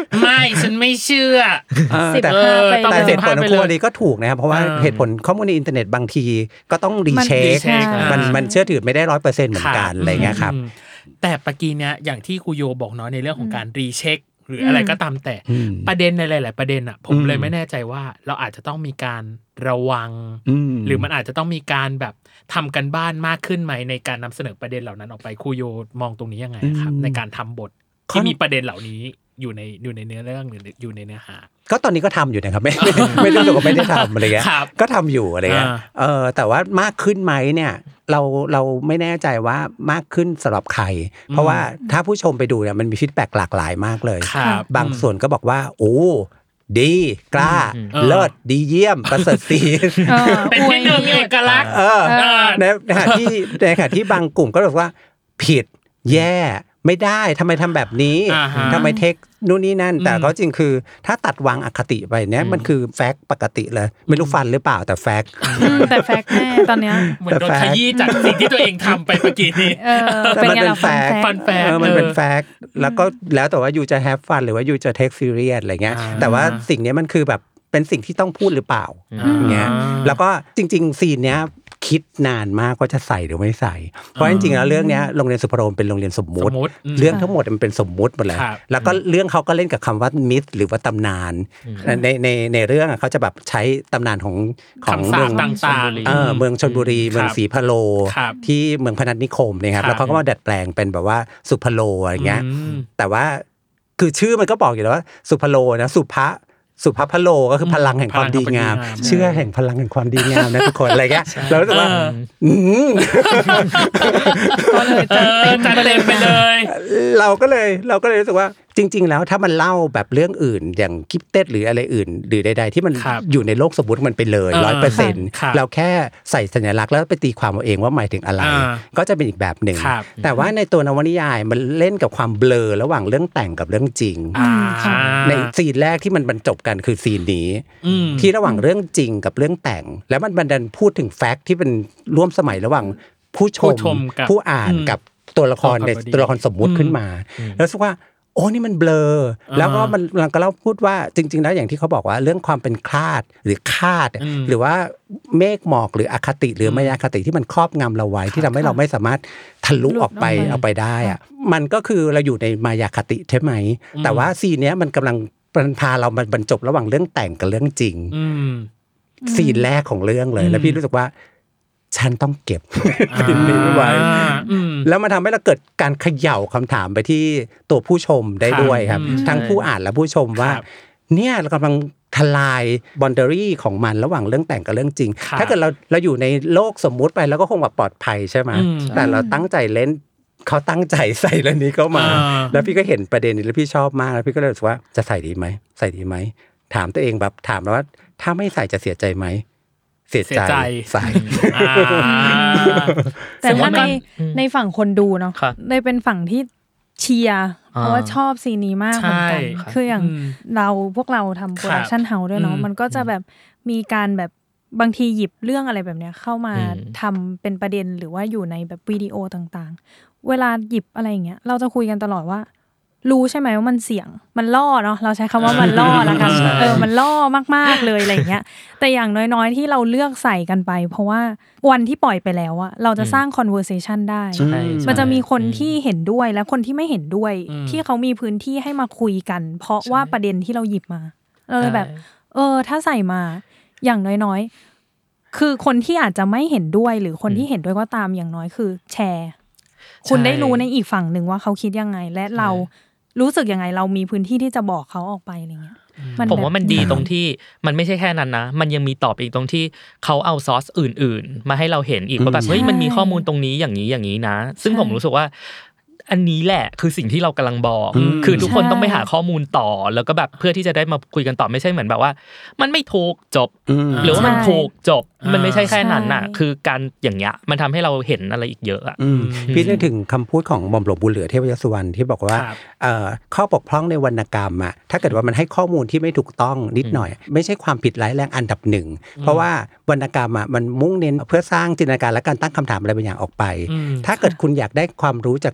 ไม่ฉันไม่เชื่อแต่เหตุผลของคู่นี้ก็ถูกนะครับเพราะว่าเหตุผลข้อมูลในอินเทอร์เน็ตบางทีก็ต้องรีเช็คมันเชื่อถือไม่ได้ 100% เหมือนกันอะไรเงี้ยครับแต่ปกี้เนี้ยอย่างที่ครูโยบอกเนาะในเรื่องของการรีเช็คหรืออะไรก็ตามแต่ประเด็นในหลายๆประเด็นอ่ะผมเลยไม่แน่ใจว่าเราอาจจะต้องมีการระวังหรือมันอาจจะต้องมีการแบบทำกันบ้านมากขึ้นไหมในการนำเสนอประเด็นเหล่านั้นออกไปครูโยมองตรงนี้ยังไงครับในการทำบทที่มีประเด็นเหล่านี้อยู่ในเนื้อเรื่องหรืออยู่ในเนื้อหาก็ตอนนี้ก็ทำอยู่นะครับไม่รู้สึกว่าไม่ได้ทำอะไรเงี้ยก็ทำอยู่อะไรเงี้ยแต่ว่ามากขึ้นไหมเนี่ยเราไม่แน่ใจว่ามากขึ้นสำหรับใครเพราะว่าถ้าผู้ชมไปดูเนี่ยมันมีฟีดแบ็กหลากหลายมากเลยบางส่วนก็บอกว่าโอ้ดีกล้าเลิศดีเยี่ยมประเสริฐศรีเป็นที่หนึ่งเอกลักษณ์ในขณะที่บางกลุ่มก็บอกว่าผิดแย่ไม่ได้ทำไมทำแบบนี้ทำไมเทคนู่นนี่นั่นแต่ก็จริงคือถ้าตัดวางอคติไปเนี่ยมันคือแฟกต์ปกติเลยไม่รู้ฟันหรือเปล่าแต่แฟกต์แต่แฟกต์แน่ตอนเนี้ยเหมือนโดนขยี้จากสิ่งที่ตัวเองทำไปเมื่อกี้นี้แต่มันเป็นแฟกต์มันเป็นแฟกต์แล้วก็แล้วแต่ว่ายูจะแฮปฟันหรือว่ายูจะเทคซีเรียสอะไรเงี้ยแต่ว่าสิ่งนี้มันคือแบบเป็นสิ่งที่ต้องพูดหรือเปล่าอย่างเงี้ยแล้วก็จริงๆซีนเนี้ยคิดนานมากว่าจะใส่หรือไม่ใส่เพราะจริงๆแล้วเรื่องนี้โรงเรียนสุภโรมเป็นโรงเรียนสมมุติเรื่องทั้งหมดมันเป็นสมมุติหมดเลยแล้วก็เรื่องเขาก็เล่นกับคำว่ามิธหรือว่าตำนานในเรื่องเขาจะแบบใช้ตำนานของเมืองต่างๆเมืองชลบุรีเมืองศรีพะโลที่เมืองพนัสนิคมนะครับแล้วเขาก็มาดัดแปลงเป็นแบบว่าสุพโลอะไรเงี้ยแต่ว่าคือชื่อมันก็บอกอยู่แล้วว่าสุพโลนะสุภพโลก็คือพลังแห่งความดีงามเชื่อแห่งพลังแห่งความดีงามนะทุกคนอะไรเงี้ยเรารู้สึกว่าก็เลยจัดเต็มไปเลยเราก็เลยรู้สึกว่าจริงๆแล้วถ้ามันเล่าแบบเรื่องอื่นอย่างกิฟเต็ดหรืออะไรอื่นหรือใดๆที่มันอยู่ในโลกสมมุติมันไปเลย 100% เราแค่ใส่สัญลักษณ์แล้วไปตีความเอาเองว่าหมายถึงอะไรก็จะเป็นอีกแบบหนึ่งแต่ว่าในตัวนวนิยายมันเล่นกับความเบลอระหว่างเรื่องแต่งกับเรื่องจริงในซีนแรกที่มันบรรจบกันคือซีนนี้ที่ระหว่างเรื่องจริงกับเรื่องแต่งแล้วมันดันพูดถึงแฟกต์ที่เป็นร่วมสมัยระหว่างผู้ชมผู้อ่านกับตัวละครในตัวละครสมมุติขึ้นมาแล้วรู้สึกว่าโอ้นี่มันเบลอแล้วก็มันก็เล่าพูดว่าจริงๆแล้วอย่างที่เขาบอกว่าเรื่องความเป็นคลาดหรือคาดหรือว่าเมฆหมอกหรืออคติหรือมายาคติที่มันครอบงำเราไว้ที่ทำให้เราไม่สามารถทะลุออกไปได้อะมันก็คือเราอยู่ในมายาคติใช่ไหมแต่ว่าซีนเนี้ยมันกำลังพาเราบรรจบระหว่างเรื่องแต่งกับเรื่องจริงซีนแรกของเรื่องเลยแล้วพี่รู้สึกว่าฉันต้องเก็บฟินนี้ไว้แล้วมันทำให้เราเกิดการเขย่าคำถามไปที่ตัวผู้ชมได้ด้วยครับทั้งผู้อ่านและผู้ชมว่าเนี่ยเรากำลังทลายบอนเดอรี่ของมันระหว่างเรื่องแต่งกับเรื่องจริงถ้าเกิดเราอยู่ในโลกสมมุติไปแล้วก็คงแบบปลอดภัยใช่ไหมแต่เราตั้งใจเล่นเขาตั้งใจใส่เรื่องนี้เข้ามาแล้วพี่ก็เห็นประเด็นนี้แล้วพี่ชอบมากแล้วพี่ก็เลยรู้สึกว่าจะใส่ดีไหมถามตัวเองแบบถามว่าถ้าไม่ใส่จะเสียใจไหมเสียใจใส่แต่ว่าในฝั่งคนดูเนาะได้เป็นฝั่งที่เชียร์เพราะว่าชอบซีนนี้มากเหมือนกันคืออย่างพวกเราทำโปรดักชั่นเฮาส์ด้วยเนาะมันก็จะแบบมีการแบบบางทีหยิบเรื่องอะไรแบบเนี้ยเข้ามาทำเป็นประเด็นหรือว่าอยู่ในแบบวิดีโอต่างๆเวลาหยิบอะไรอย่างเงี้ยเราจะคุยกันตลอดว่ารู้ใช่ไหมว่ามันเสี่ยงมันล่อเนาะเราใช้คำว่ามันล่อละกันมันล่อมากๆเลยอะไรอย่างเงี้ยแต่อย่างน้อยๆที่เราเลือกใส่กันไปเพราะว่าวันที่ปล่อยไปแล้วอะเราจะสร้าง conversation ได้มันจะมีคนที่เห็นด้วยและคนที่ไม่เห็นด้วยที่เขามีพื้นที่ให้มาคุยกันเพราะว่าประเด็นที่เราหยิบมาเราเลยแบบถ้าใส่มาอย่างน้อยๆคือคนที่อาจจะไม่เห็นด้วยหรือคนที่เห็นด้วยก็ตามอย่างน้อยคือแชร์คุณได้รู้ในอีกฝั่งนึงว่าเขาคิดยังไงและเรารู้สึกยังไงเรามีพื้นที่ที่จะบอกเขาออกไปอะไรเงี้ยผมว่ามันดีตรงที่มันไม่ใช่แค่นั้นนะมันยังมีตอบอีกตรงที่เขาเอาซอสอื่นๆมาให้เราเห็นอีกว่าแบบเฮ้ยมันมีข้อมูลตรงนี้อย่างนี้นะซึ่งผมรู้สึกว่าอันนี้แหละคือสิ่งที่เรากำลังบอกคือทุกคนต้องไปหาข้อมูลต่อแล้วก็แบบเพื่อที่จะได้มาคุยกันต่อไม่ใช่เหมือนแบบว่ามันไม่ถูกจบหรือว่ามันถูกจบมันไม่ใช่แค่นั้นน่ะคือการอย่างเงี้ยมันทำให้เราเห็นอะไรอีกเยอะอ่ะพี่นึกถึงคำพูดของหม่อมหลวงบุญเหลือเทพยสุวรรณที่บอกว่าข้อบกพร่องในวรรณกรรมอ่ะถ้าเกิดว่ามันให้ข้อมูลที่ไม่ถูกต้องนิดหน่อยไม่ใช่ความผิดร้ายแรงอันดับหนึ่งเพราะว่าวรรณกรรมอ่ะมันมุ่งเน้นเพื่อสร้างจินตนาการและการตั้งคำถามอะไรบางอย่างออกไปถ้าเกิดคุณอยากได้ความรู้จากหนังสือประเภท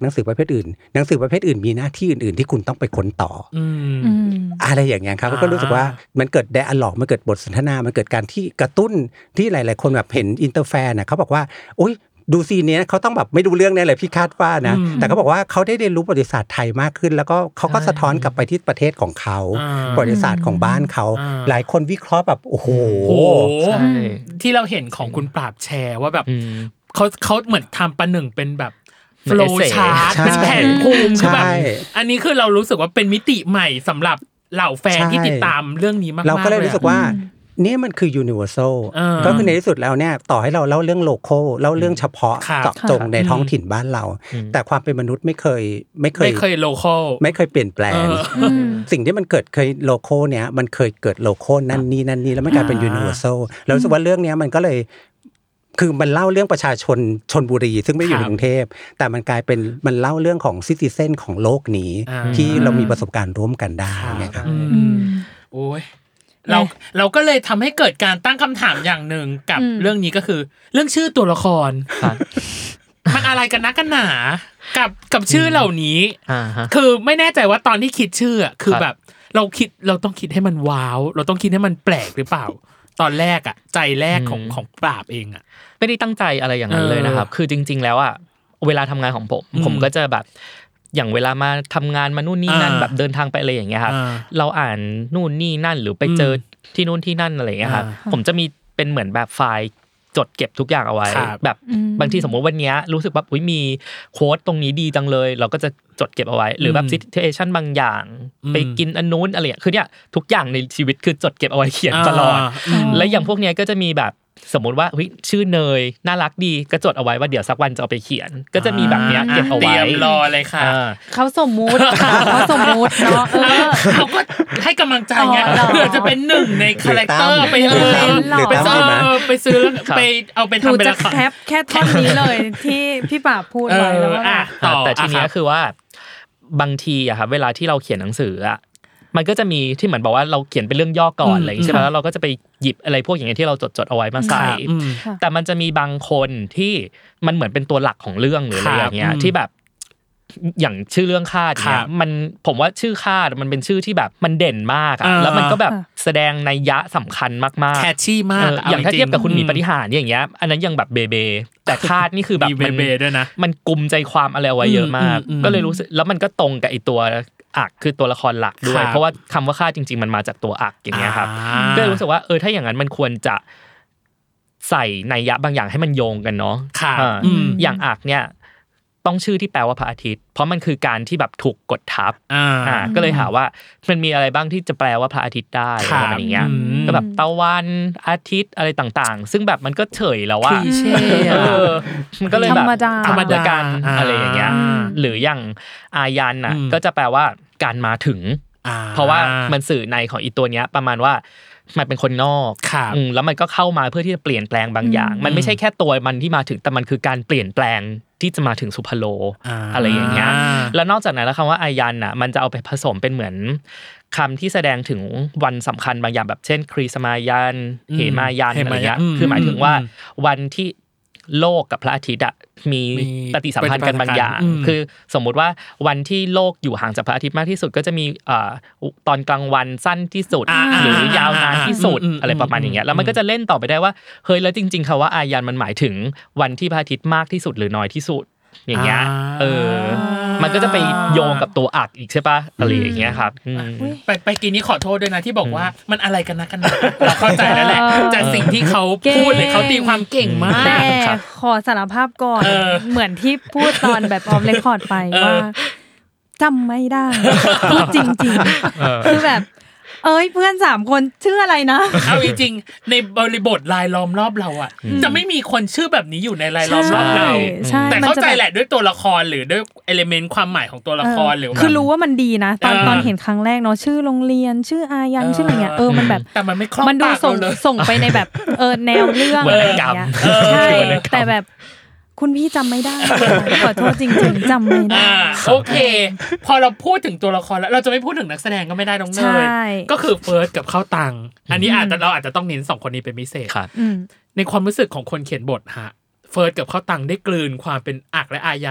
ภทอื่นหนังสือประเภทอื่นมีหน้าที่อื่นๆที่คุณต้องไปค้นต่ออะไรอย่างเงี้ยครับก็รู้สึกว่ามันเกิดไดอะล็อกมันเกิดบทสนทนามันเกิดการที่กระตุ้นที่หลายๆคนแบบเห็นอินเตอร์แฟนน่ะเขาบอกว่าอุ๊ยดูซีนนี้เขาต้องแบบไม่ดูเรื่องแน่เลยพี่คาดว่านะแต่เขาบอกว่าเขาได้เรียนรู้ประวัติศาสตร์ไทยมากขึ้นแล้วก็เขาก็สะท้อนกลับไปที่ประเทศของเขาประวัติศาสตร์ของบ้านเขาหลายคนวิเคราะห์แบบโอ้โหที่เราเห็นของคุณปราบแชร์ว่าแบบเขาเหมือนทำประหนึ่งเป็นแบบโฟลว์ชาร์ตเป็นแผนภูมิคือแบบอันนี้คือเรารู้สึกว่าเป็นมิติใหม่สำหรับเหล่าแฟนที่ติดตามเรื่องนี้มากๆเราก็เลยรู้สึกว่านี่มันคือ universal ก็คือในที่สุดแล้วเนี่ยต่อให้เราเล่าเรื่องโลคอลเล่าเรื่องเฉพาะเจาะจงในท้องถิ่นบ้านเราแต่ความเป็นมนุษย์ไม่เคยโลคอลไม่เคยเปลี่ยนแปลงสิ่งที่มันเกิดเคยโลคอลเนี่ยมันเคยเกิดโลคอลนั่นนี่แล้วมันกลายเป็น universal เรารู้สึกว่าเรื่องนี้มันก็เลยคือมันเล่าเรื่องประชาชนชลบุรีซึ่งไม่อยู่ในกรุงเทพแต่มันกลายเป็นมันเล่าเรื่องของซิติเซนของโลกนี้ที่เรามีประสบการณ์ร่วมกันได้นะครับโอ้ยเราก็เลยทำให้เกิดการตั้งคำถามอย่างหนึ่งกับเรื่องนี้ก็คือเรื่องชื่อตัวละครมันอะไรกันนักกันหนากับชื่อเหล่านี้คือไม่แน่ใจว่าตอนที่คิดชื่อคือแบบเราต้องคิดให้มันว้าวเราต้องคิดให้มันแปลกหรือเปล่าตอนแรกอ่ะใจแรกของปราบเองอ่ะไม่ได้ตั้งใจอะไรอย่างนั้นเลยนะครับคือจริงๆแล้วอ่ะเวลาทำงานของผมก็จะแบบอย่างเวลามาทำงานมานู่นนี่นั่นแบบเดินทางไปอะไรอย่างเงี้ยครับเราอ่านนู่นนี่นั่นหรือไปเจอที่นู่นที่นั่นอะไรอย่างเงี้ยครับผมจะมีเป็นเหมือนแบบไฟล์จดเก็บทุกอย่างเอาไว้แบบบางทีสมมติวันนี้รู้สึกว่าอุ๊ยมีโค้ดตรงนี้ดีจังเลยเราก็จะจดเก็บเอาไว้หรือแบบซิทูเอชั่นบางอย่างไปกินอันนู้นอะไรอย่างคือเนี่ยทุกอย่างในชีวิตคือจดเก็บเอาไว้เขียนตลอดและอย่างพวกนี้ก็จะมีแบบสมมติว่าชื่อเนยน่ารักดีก็จดเอาไว้ว่าเดี๋ยวสักวันจะเอาไปเขียนก็จะมีแบบเนี้ยเก็บเอาไว้เตรียมรอเลยค่ะเขาสมมุติค่ะเขาสมมุติเนาะเขาก็ให้กำลังใจไงเผื่อจะเป็นหนึ่งในคาแรคเตอร์ไปซื้อไปเอาไปทำเป็นละครแค่ท่อนนี้เลยที่พี่ป่าพูดไว้แล้วว่าแต่ทีนี้คือว่าบางทีอะครับเวลาที่เราเขียนหนังสืออะมันก็จะมีที่เหมือนบอกว่าเราเขียนเป็นเรื่องย่อก่อนอะไรอย่างนี้ใช่ไหมแล้วเราก็จะไปหยิบอะไรพวกอย่างเงี้ยที่เราจดเอาไว้มาใส่แต่มันจะมีบางคนที่มันเหมือนเป็นตัวหลักของเรื่องหรืออะไรอย่างเงี้ยที่แบบอย่างชื่อเรื่องคาดเนี่ยมันผมว่าชื่อคาดมันเป็นชื่อที่แบบมันเด่นมากอ่ะแล้วมันก็แบบแสดงนัยยะสำคัญมากๆแคชชี่มากอย่างถ้าเทียบกับคุณหมีปฏิหารอย่างเงี้ยอันนั้นยังแบบเบแต่คาดนี่คือแบบมันกุมใจความอะไรเอาไว้เยอะมากก็เลยรู้สึกแล้วมันก็ตรงกับไอตัวอักคือตัวละครหลักด้วยเพราะว่าคำว่าฆ่าจริงๆมันมาจากตัวอักอย่างเงี้ยครับก็รู้สึกว่าถ้าอย่างนั้นมันควรจะใส่นัยยะบางอย่างให้มันโยงกันเนาะอย่างอักเนี่ยต้องชื่อที่แปลว่าพระอาทิตย์เพราะมันคือการที่แบบถูกกดทับก็เลยหาว่ามันมีอะไรบ้างที่จะแปลว่าพระอาทิตย์ได้อะไรอย่างเงี้ยก็แบบตะวันอาทิตย์อะไรต่างๆซึ่งแบบมันก็เฉยแล้วว่ามันก็เลยแบบธรรมดากันอะไรอย่างเงี้ยหรืออย่างอายันน่ะก็จะแปลว่าการมาถึงเพราะว่ามันสื่อในของอีตัวเนี้ยประมาณว่ามันเป็นคนนอกแล้วมันก็เข้ามาเพื่อที่จะเปลี่ยนแปลงบางอย่างมันไม่ใช่แค่ตัวมันที่มาถึงแต่มันคือการเปลี่ยนแปลงที่จะมาถึงสุพโลอะไรอย่างเงี้ยแล้วนอกจากนั้นแล้วคำว่าอายันน่ะมันจะเอาไปผสมเป็นเหมือนคำที่แสดงถึงวันสำคัญบางอย่างแบบเช่นคริสมายันเหมายันอะไรเงี้ยคือหมายถึงว่าวันที่โลกกับพระอาทิตย์อะมีปฏิสัมพันธ์กันบางอย่างคือสมมุติว่าวันที่โลกอยู่ห่างจากพระอาทิตย์มากที่สุดก็จะมีตอนกลางวันสั้นที่สุดหรือยาวนานที่สุดอะไรประมาณอย่างเงี้ยแล้วมันก็จะเล่นต่อไปได้ว่าเฮ้ยแล้วจริงๆคำว่าอายันมันหมายถึงวันที่พระอาทิตย์มากที่สุดหรือน้อยที่สุดอย่างเงี้ยมันก็จะไปโยงกับตัวอักอีกใช่ป่ะอะไรอย่างเงี้ยครับไปกินนี้ขอโทษด้วยนะที่บอกว่ามันอะไรกันนะกันเราเข้าใจแล้วแหละจากสิ่งที่เขาพูดหรือเขาตีความเก่งมากแต่ขอสารภาพก่อนเหมือนที่พูดตอนแบบออฟเรคคอร์ดไปว่าจำไม่ได้พูดจริงๆคือแบบเพื่อน3คนชื่ออะไรนะเอาจริงๆในบริบทรายล้อมรอบเราอ่ะจะไม่มีคนชื่อแบบนี้อยู่ในรายล้อมรอบเราแต่เข้าใจแหละด้วยตัวละครหรือด้วยเอลิเมนต์ความหมายของตัวละครหรือคือรู้ว่ามันดีนะตอนเห็นครั้งแรกเนาะชื่อโรงเรียนชื่ออายันชื่ออะไรเงี้ยมันแบบแต่มันไม่คล่องมันดูส่งไปในแบบแนวเรื่องอะไรอย่างเงี้ยใช่แต่แบบคุณพี่จำไม่ได้ขอโทษจริงๆจำไม่ได้โอเคพอเราพูดถึงตัวละครแล้วเราจะไม่พูดถึงนักแสดงก็ไม่ได้น้องเนยก็คือเฟิร์สกับข้าวตังอันนี้เราอาจจะต้องเน้น2คนนี้เป็นพิเศษในความรู้สึกของคนเขียนบทฮะเฟิร์สกับข้าวตังได้กลืนความเป็นอักและอายัน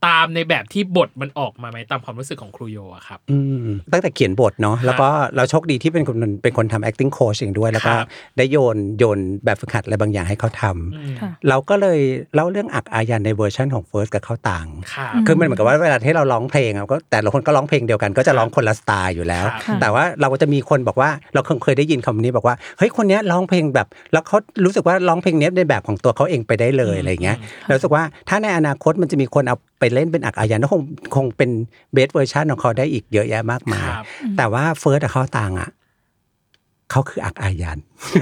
ตามในแบบที่บทมันออกมาไหมตามความรู้สึกของครูโยอะครับตั้งแต่เขียนบทเนาะแล้วก็เราโชคดีที่เป็นคนทำ acting coach เองด้วยแล้วก็ได้โยนแบบฝึกหัดอะไรบางอย่างให้เขาทำเราก็เลยเล่าเรื่องอักอายันในเวอร์ชันของ First กับข้าวตังคือมันเหมือนกับว่าเวลาที่เราร้องเพลงก็แต่ละคนก็ร้องเพลงเดียวกันก็จะร้องคนละสไตล์อยู่แล้วแต่ว่าเราก็จะมีคนบอกว่าเราเคยได้ยินคำนี้บอกว่าเฮ้ยคนนี้ร้องเพลงแบบแล้วเขารู้สึกว่าร้องเพลงนี้ในแบบของตัวเขาเองไปได้เลยอะไรเงี้ยเรารู้สึกว่าถ้าในอนาคตมันจะมีคนเอาไปเล่นเป็นอักอายันก็คงเป็นเบสเวอร์ชันของเขาได้อีกเยอะแยะมากมายแต่ว่าเฟิร์สกับเขาต่างเขาคืออักอายัน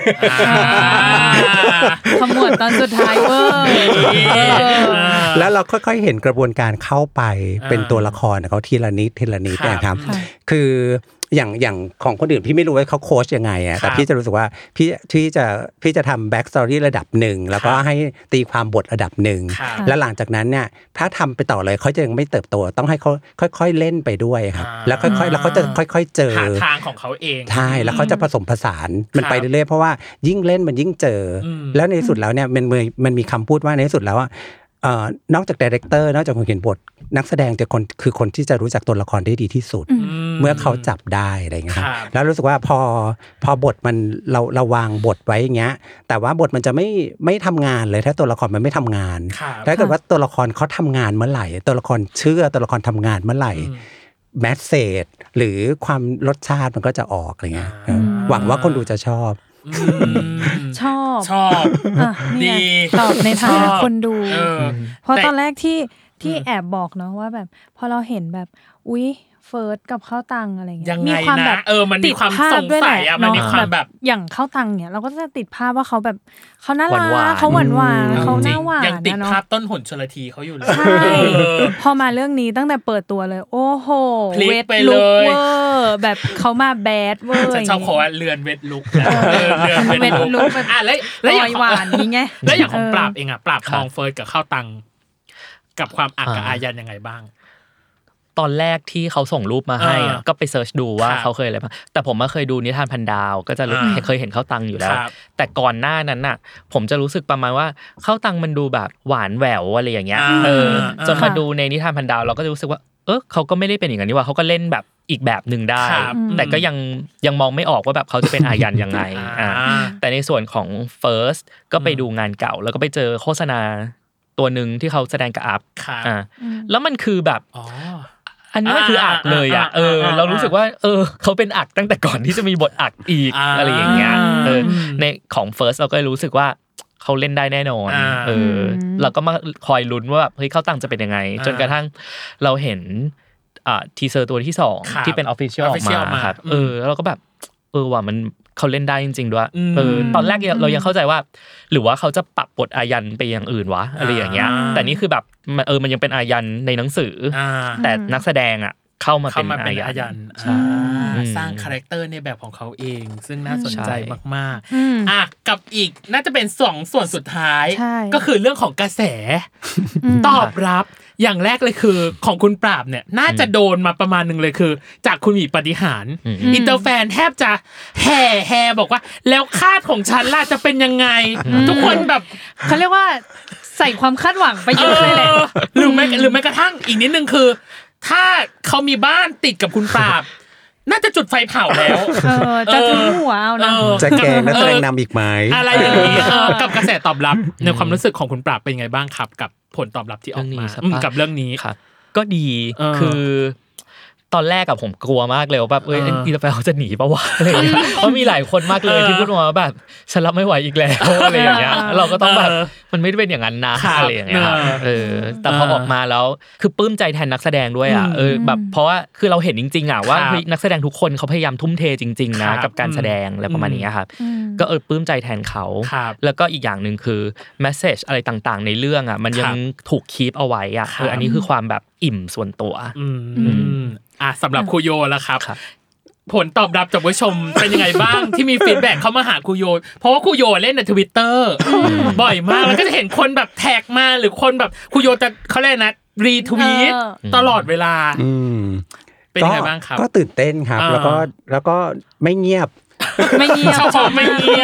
ขมวดตอนสุดท้ายเว้ยแล้วเราค่อยๆเห็นกระบวนการเข้าไปเป็นตัวละครเขาทีละนิดนะครับคืออย่างของคนอื่นพี่ไม่รู้ว่าเขาโค้ชยังไงอ่ะแต่พี่จะรู้สึกว่าพี่จะทำแบ็กสตอรี่ระดับหนึ่งแล้วก็ให้ตีความบทระดับหนึ่งแล้วหลังจากนั้นเนี่ยถ้าทำไปต่อเลยเขาจะยังไม่เติบโตต้องให้เขาค่อยๆเล่นไปด้วยครับแล้วค่อยๆแล้วเขาจะค่อยๆเจอทางของเขาเองใช่แล้วเขาจะผสมผสานมันไปเรื่อยๆเพราะว่ายิ่งเล่นมันยิ่งเจอแล้วในที่สุดแล้วเนี่ยมันมีคำพูดว่าในที่สุดแล้วว่านอกจากไดเรคเตอร์นอกจากคนเขียนบทนักแสดงคือคนที่จะรู้จักตัวละครได้ดีที่สุดเมื่อเขาจับได้อะไรอย่างเงี้ยครับแล้วรู้สึกว่าพอบทมันเราวางบทไว้อย่างเงี้ยแต่ว่าบทมันจะไม่ทำงานเลยถ้าตัวละครมันไม่ทำงานถ้าเกิดว่าตัวละครเขาทำงานเมื่อไหร่ตัวละครเชื่อตัวละครทำงานเมื่อไหร่แมสเสจหรือความรสชาติมันก็จะออกอะไรเงี้ยหวังว่าคนดูจะชอบชอบดีตอบในฐานะคนดูเพราะตอนแรกที่แอบบอกเนาะว่าแบบพอเราเห็นแบบอุ๊ยเฟิร์สกับข้าวตังอะไรเงี้ยมีความแบบมันมีความสงสัยมันมีความแบบอย่างข้าวตังเนี่ยเราก็จะติดภาพว่าเขาแบบเขาน่ารักเขาหวานเขาหน้าหวานยังติดภาพต้นหนชลทีเขาอยู่เลยใช่พอมาเรื่องนี้ตั้งแต่เปิดตัวเลยโอ้โหเวทลุกเวอร์แบบเขามาแบดเวอร์ฉันชอบเขาว่าเรือนเวทลุกเวทลุกแบบแล้วอย่างหวานนี่ไงแล้วอย่างของปราบเองปราบมองเฟิร์สกับข้าวตังกับความอักกับอายันยังไงบ้างตอนแรกที่เขาส่งรูปมาให้ก็ไปเสิร์ชดูว่าเขาเคยอะไรบ้างแต่ผมเคยดูนิทานพันดาวก็จะเคยเห็นข้าวตังอยู่แล้วแต่ก่อนหน้านั้นน่ะผมจะรู้สึกประมาณว่าข้าวตังมันดูแบบหวานแหววอะไรอย่างเงี้ยจนมาดูในนิทานพันดาวเราก็จะรู้สึกว่าเขาก็ไม่ได้เป็นอย่างนั้นนี่ว่าเขาก็เล่นแบบอีกแบบนึงได้แต่ก็ยังมองไม่ออกว่าแบบเขาจะเป็นอายันยังไงแต่ในส่วนของ First ก็ไปดูงานเก่าแล้วก็ไปเจอโฆษณาตัวนึงที่เขาแสดงกับอัพแล้วมันคือแบบอันนี้มันคืออักเลยอ่ะเรารู้สึกว่าเขาเป็นอักตั้งแต่ก่อนที่จะมีบทอักอีกอะไรอย่างเงี้ยในของ First เราก็รู้สึกว่าเขาเล่นได้แน่นอนเราก็มาคอยลุ้นว่าแบบเฮ้ยเขาตั้งจะเป็นยังไงจนกระทั่งเราเห็นทีเซอร์ตัวที่2ที่เป็น Official ออกมาครับแล้วเราก็แบบว่ามันเขาเล่นได้จริงๆด้วยตอนแรกเรายังเข้าใจว่าหรือว่าเขาจะปรับบทอายันไปอย่างอื่นวะอะไรอย่างเงี้ยแต่นี่คือแบบมันยังเป็นอายันในหนังสือแต่นักแสดงอ่ะเข้ามาเป็นอายันสร้างคาแรคเตอร์ในแบบของเขาเองซึ่งน่าสนใจมากๆกับอีกน่าจะเป็น2ส่วนสุดท้ายก็คือเรื่องของกระแสตอบรับอย่างแรกเลยคือของคุณปราบเนี่ยน่าจะโดนมาประมาณนึงเลยคือจากคุณหมีปฏิหารอินเตอร์แฟนแทบจะแห่บอกว่าแล้วคาดของฉันล่ะจะเป็นยังไงทุกคนแบบเขาเรียกว่าใส่ความคาดหวังไปเยอะเลยแหละหรือแม้กระทั่งอีกนิดนึงคือถ้าเขามีบ้านติดกับคุณปราบน่าจะจุดไฟเผาแล้วจะถึงหัวเอานะจะแกงนักแสดงนำอีกไหมอะไรอย่างนี้กับกระแสตอบรับในความรู้สึกของคุณปราบเป็นไงบ้างครับกับผลตอบรับที่ออกมากับเรื่องนี้ก็ดีคือตอนแรกผมกลัวมากเลยว่าแบบอีแฟนเขาจะหนีป่ะวะอะไรอย่างเงี้ยเพราะมีหลายคนมากเลยที่พูดมาแบบฉันรับไม่ไหวอีกแล้วอะไรอย่างเงี้ยเราก็ต้องแบบมันไม่ได้เป็นอย่างนั้นนะอะไรอย่างเงี้ยแต่พอออกมาแล้วคือปลื้มใจแทนนักแสดงด้วยแบบเพราะว่าคือเราเห็นจริงๆว่านักแสดงทุกคนเขาพยายามทุ่มเทจริงๆนะกับการแสดงอะไรประมาณนี้ครับก็ปลื้มใจแทนเขาแล้วก็อีกอย่างนึงคือเมสเสจอะไรต่างๆในเรื่องมันยังถูกคีปเอาไว้อันนี้คือความแบบอิ่มส่วนตัวสำหรับครูโยแล้วครับผลตอบรับจากผู้ชมเป็นยังไงบ้างที่มีฟีดแบ็กเข้ามาหาครูโยเพราะว่าครูโยเล่นใน Twitter บ่อยมากแล้วก็จะเห็นคนแบบแท็กมาหรือคนแบบครูโยจะเขาเรียกนะรีทวีตตลอดเวลาเป็นยังไงบ้างครับก็ตื่นเต้นครับแล้วก็ไม่เงียบไม่เงีย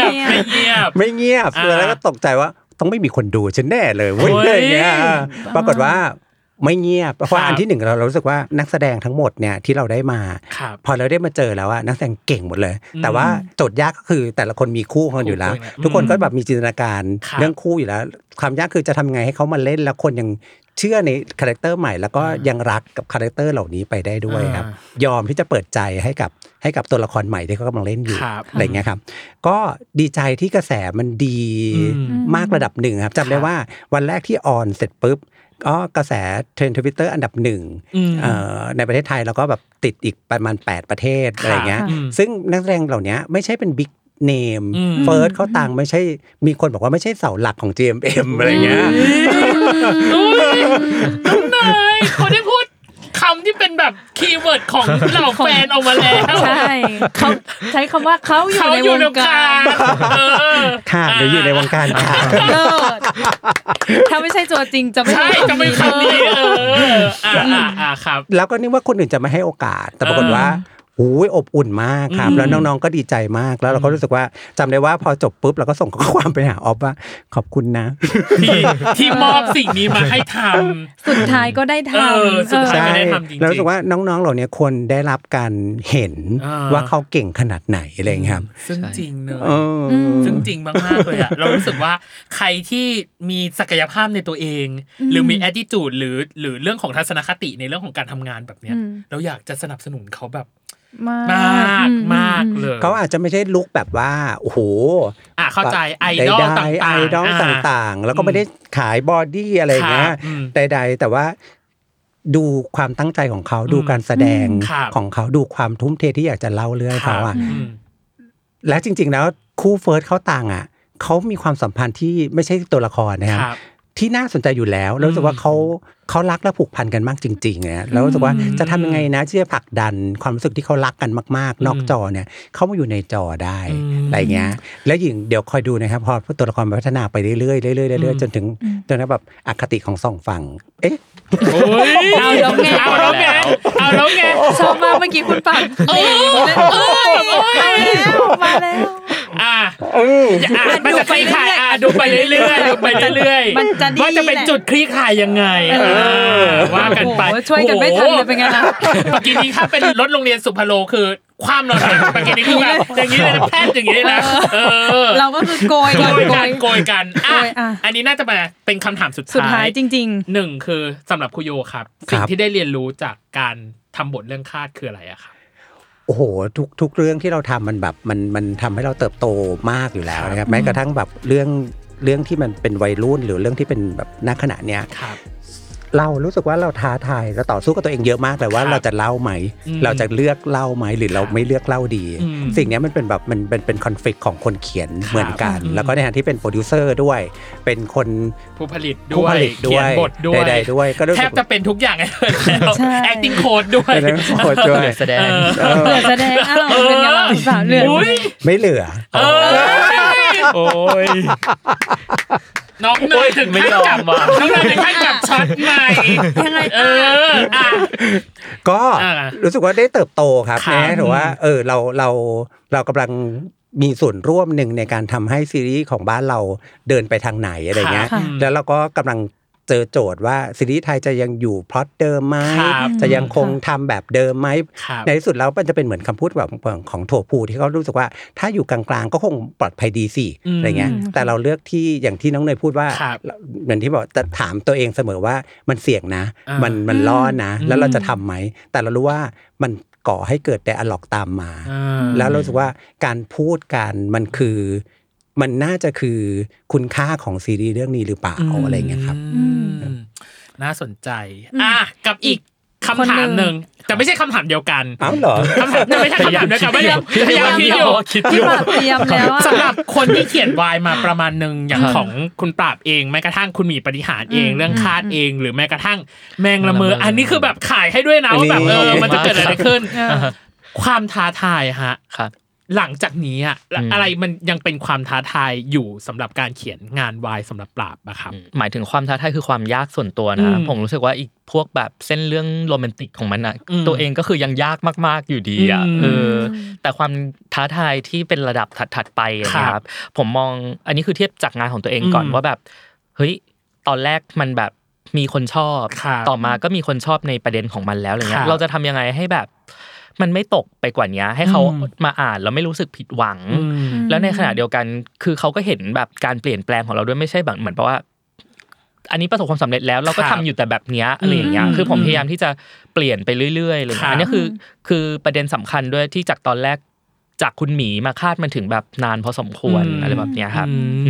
บแล้วก็ตกใจว่าต้องไม่มีคนดูฉันแน่เลยเว้ยอะไรเงี้ยปรากฏว่าไม่เงียบเพราะอันที่หนึ่งเรารู้สึกว่านักแสดงทั้งหมดเนี่ยที่เราได้มาพอเราได้มาเจอแล้วว่านักแสดงเก่งหมดเลยแต่ว่าโจทย์ยากก็คือแต่ละคนมีคู่ของอยู่แล้วทุกคนก็แบบมีจินตนาการเรื่องคู่อยู่แล้วความยากคือจะทำไงให้เขามาเล่นแล้วคนยังเชื่อในคาแรคเตอร์ใหม่แล้วก็ยังรักกับคาแรคเตอร์เหล่านี้ไปได้ด้วยครับยอมที่จะเปิดใจให้กับตัวละครใหม่ที่เขากำลังเล่นอยู่อะไรเงี้ยครับก็ดีใจที่กระแสมันดีมากระดับหนึ่งครับจำได้ว่าวันแรกที่ออนเสร็จปุ๊บก็กระแสเทรนด์ Twitter อันดับหนึ่งในประเทศไทยแล้วก็แบบติดอีกประมาณ8ประเทศอะไรเงี้ยซึ่งนักแสดงเหล่านี้ไม่ใช่เป็นบิ๊กเนมเฟิร์สเขาต่างไม่ใช่มีคนบอกว่าไม่ใช่เสาหลักของ GMM อะไรเงี้ยน้องนายเขาได้พูดคำที่เป็นแบบคีย์เวิร์ดของเหล่าแฟนออกมาแล้วใช่เขาใช้คำว่าเขาอยู่ในวงการค่ะหรืออยู่ในวงการค่ะถ้าไม่ใช่ตัวจริงจะไม่คำนี้ครับแล้วก็นึกว่าคนอื่นจะไม่ให้โอกาสแต่ปรากฏว่าหูยอบอุ่นมากครับแล้วน้องๆก็ดีใจมากแล้วเราก็รู้สึกว่าจำได้ว่าพอจบปุ๊บเราก็ส่งข้อความไปหาออฟว่าขอบคุณนะที่มอบสิ่งนี้มาให้ทำสุดท้ายก็ได้ทำสุดท้ายก็ได้ทำจริงๆเรารู้สึกว่าน้องๆเหล่านี้ควรได้รับการเห็นว่าเขาเก่งขนาดไหนอะไรอย่างเงี้ยครับซึ่งจริงเนอะซึ่งจริงมากๆเลยอะเรารู้สึกว่าใครที่มีศักยภาพในตัวเองหรือมี attitude หรือเรื่องของทัศนคติในเรื่องของการทำงานแบบเนี้ยเราอยากจะสนับสนุนเขาแบบมากเลยเขาอาจจะไม่ใช่ลุคแบบว่าโอ้โหเข้าใจไอดอลต่างๆแล้วก็ไม่ได้ขายบอดี้อะไรอย่างเงี้ยใดๆแต่ว่าดูความตั้งใจของเขาดูการแสดงของเขาดูความทุ่มเทที่อยากจะเล่าเรื่องเขาและจริงๆแล้วคู่เฟิร์สเขาต่างเขามีความสัมพันธ์ที่ไม่ใช่ตัวละครนะครับที่น่าสนใจอยู่แล้วแล้วรู้สึกว่าเขารักและผูกพันกันมากจริงๆเนี่ยแล้วรู้สึกว่าจะทำยังไงนะที่จะผลักดันความรู้สึกที่เขารักกันมากๆนอกจอเนี่ยเขามาอยู่ในจอได้อะไรเงี้ยแล้วยิ่งเดี๋ยวคอยดูนะครับพอตัวละครพัฒนาไปเรื่อยๆเรื่อยๆจนถึงแบบอคติของสองฝั่งเอาแล้วไงชอบมากเมื่อกี้คุณปังมาแล้วมันจะคลี่คลายดูไปเรื่อยๆว่าจะเป็นจุดคลี่คลายยังไงว่ากันไปช่วยกันไม่ทันเลยเป็นไงล่ะปกตินี้ถ้าเป็นรถโรงเรียนสุพโลคือความเราปกตินี้คือแบบอย่างนี้เลยแพทย์อย่างนี้เลยนะเราก็คือโกยกันอันนี้น่าจะมาเป็นคำถามสุดท้ายจริงๆ1คือสำหรับคุโยครับสิ่งที่ได้เรียนรู้จากการทำบทเรื่องคาดคืออะไรอะครับโอ้โหทุกเรื่องที่เราทำมันแบบมันทำให้เราเติบโตมากอยู่แล้วนะครับแม้กระทั่งแบบเรื่องที่มันเป็นวัยรุ่นหรือเรื่องที่เป็นแบบณขณะเนี้ยเรารู้สึกว่าเราท้าทายเราต่อสู้กับตัวเองเยอะมากแต่ว่าเราจะเล่าไหมเราจะเลือกเล่าไหมหรือเราไม่เลือกเล่าดีสิ่งนี้มันเป็นแบบมันเป็นคอนฟลิกต์ของคนเขียนเหมือนกันแล้วก็ในฐานะที่เป็นโปรดิวเซอร์ด้วยเป็นคนผู้ผลิตด้วยเขียนบทด้วยใดๆด้วยก็แทบจะเป็นทุกอย่างเลยแล้ว acting coach ด้วยแสดงเป็นไงล่ะสาวเหลือไม่เหลือโอ้ยน้องเนยถึงไม่ยอมว่ะน้องเนยถึงขั้นกับช็อตใหม่ยังไงก็รู้สึกว่าได้เติบโตครับแม้ถือว่าเรากำลังมีส่วนร่วมหนึ่งในการทำให้ซีรีส์ของบ้านเราเดินไปทางไหนอะไรเงี้ยแล้วเราก็กำลังเจอโจทย์ว่าซีรีส์ไทยจะยังอยู่พล็อตเดิมไหมจะยังคงทำแบบเดิมไหมในที่สุดแล้วมันจะเป็นเหมือนคำพูดแบบของโถภูที่เขารู้สึกว่าถ้าอยู่กลางๆก็คงปลอดภัยดีสิอะไรเงี้ยแต่เราเลือกที่อย่างที่น้องเนยพูดว่าเหมือนที่บอกจะถามตัวเองเสมอว่ามันเสี่ยงนะมันล่อนะแล้วเราจะทำไหมแต่เรารู้ว่ามันก่อให้เกิดไดอะล็อกตามมาแล้วเรารู้สึกว่าการพูดกันมันน่าจะคือคุณค่าของซีรีส์เรื่องนี้หรือเปล่าอะไรเงี้ยครับน่าสนใจกับอีกคำถามหนึ่งแต่ไม่ใช่คำถามเดียวกันอ้าวเหรอคำถามไม่ใช่คำถามเดียวกันไม่พยายามคิดอยู่สำหรับคนที่เขียนวายมาประมาณนึงอย่างของคุณปราบเองแม้กระทั่งคุณหมีปฏิหารเองเรื่องคาดเองหรือแม้กระทั่งแมงละเมออันนี้คือแบบขายให้ด้วยนะว่าแบบมันจะเกิดอะไรขึ้นความท้าทายฮะหลังจากนี้อะไรมันยังเป็นความท้าทายอยู่สำหรับการเขียนงานวายสำหรับปราบนะครับหมายถึงความท้าทายคือความยากส่วนตัวนะผมรู้สึกว่าอีกพวกแบบเส้นเรื่องโรแมนติกของมันนะตัวเองก็คือยังยากมากๆอยู่ดีแต่ความท้าทายที่เป็นระดับถัดๆไปนะครับผมมองอันนี้คือเทียบจากงานของตัวเองก่อนว่าแบบเฮ้ยตอนแรกมันแบบมีคนชอบต่อมาก็มีคนชอบในประเด็นของมันแล้วอะไรเงี้ยเราจะทำยังไงให้แบบมันไม่ตกไปกว่านี้ให้เขามาอ่านแล้วไม่รู้สึกผิดหวังแล้วในขณะเดียวกันคือเขาก็เห็นแบบการเปลี่ยนแปลงของเราด้วยไม่ใช่แบบเหมือนเพราะว่าอันนี้ประสบความสำเร็จแล้วเราก็ทำอยู่แต่แบบเนี้ยอะไรอย่างเงี้ยคือผมพยายามที่จะเปลี่ยนไปเรื่อยๆเลยอันนี้คือประเด็นสำคัญด้วยที่จากตอนแรกจากคุณหมีมาคาดมันถึงแบบนานพอสมควรอะไรแบบเนี้ยครับ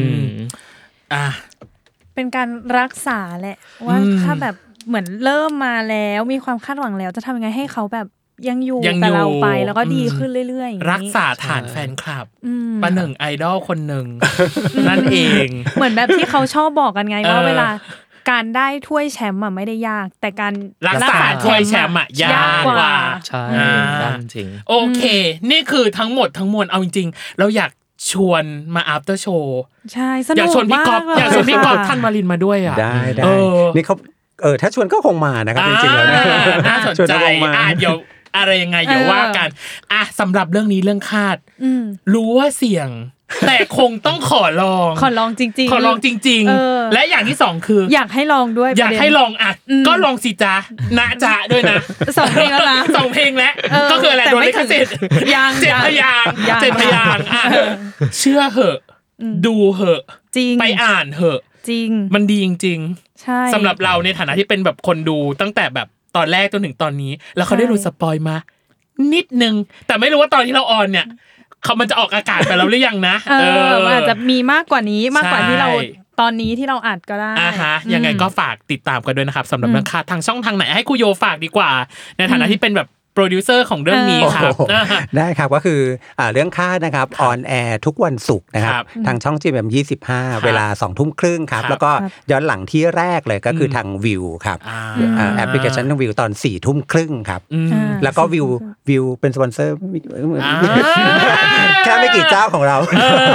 เป็นการรักษาแหละว่าถ้าแบบเหมือนเริ่มมาแล้วมีความคาดหวังแล้วจะทำยังไงให้เขาแบบยังอยู่กับเราไปแล้วก็ดีขึ้นเรื่อยๆรักษาฐานแฟนคลับประหนึ่งไอดอลคนหนึ่งนั่นเองเหมือนแบบที่เขาชอบบอกกันไงว่าเวลาการได้ถ้วยแชมป์ไม่ได้ยากแต่การรักษาถ้วยแชมป์ยากกว่าใช่จริงโอเคนี่คือทั้งหมดทั้งมวลเอาจริงๆเราอยากชวนมา after show ใช่สนุกมากอยากชวนพี่ก๊อฟท่านวรินทร์มาด้วยอ่ะได้นี่เขาถ้าชวนก็คงมานะครับจริงๆแล้วน่าสนใจเดี๋ยวอะไรยังไงเดี๋ยวว่ากันสำหรับเรื่องนี้เรื่องคาดรู้ว่าเสี่ยงแต่คงต้องขอลองจริงๆขอลองจริงๆและอย่างที่2คืออยากให้ลองด้วยอยากให้ลองก็ลองสิจ๊ะนะจ๊ะด้วยนะ 2เพลงแล้วนะ 2เพลงแล้วก็คืออะไรโดนลิขสิทธิ์7 พยางค์เชื่อเหอะดูเหอะจริงไปอ่านเหอะจริงมันดีจริงๆใช่สำหรับเราในฐานะที่เป็นแบบคนดูตั้งแต่แบบตอนแรกจนถึงตอนนี้แล้วเขาได้รู้สปอยมานิดนึงแต่ไม่รู้ว่าตอนที่เราออนเนี่ยมันจะออกอากาศไปแล้วหรือยังนะอาจจะมีมากกว่านี้มากกว่าที่เราตอนนี้ที่เราอัดก็ได้ยังไงก็ฝากติดตามกันด้วยนะครับสำหรับเรื่องค่าทางช่องทางไหนให้ครูโยฝากดีกว่าในฐานะที่เป็นแบบโปรดิวเซอร์ของเรื่องนี้ครับได้ครับก็คือเรื่องค่านะครับออนแอร์ทุกวันศุกร์นะครับทางช่อง GMM 25เวลา 20:30 นครับแล้วก็ย้อนหลังที่แรกเลยก็คือทางวิวครับแอปพลิเคชันทางวิวตอน 22:30 นครับแล้วก็วิวเป็นสปอนเซอร์แค่ไม่กี่เจ้าของเรา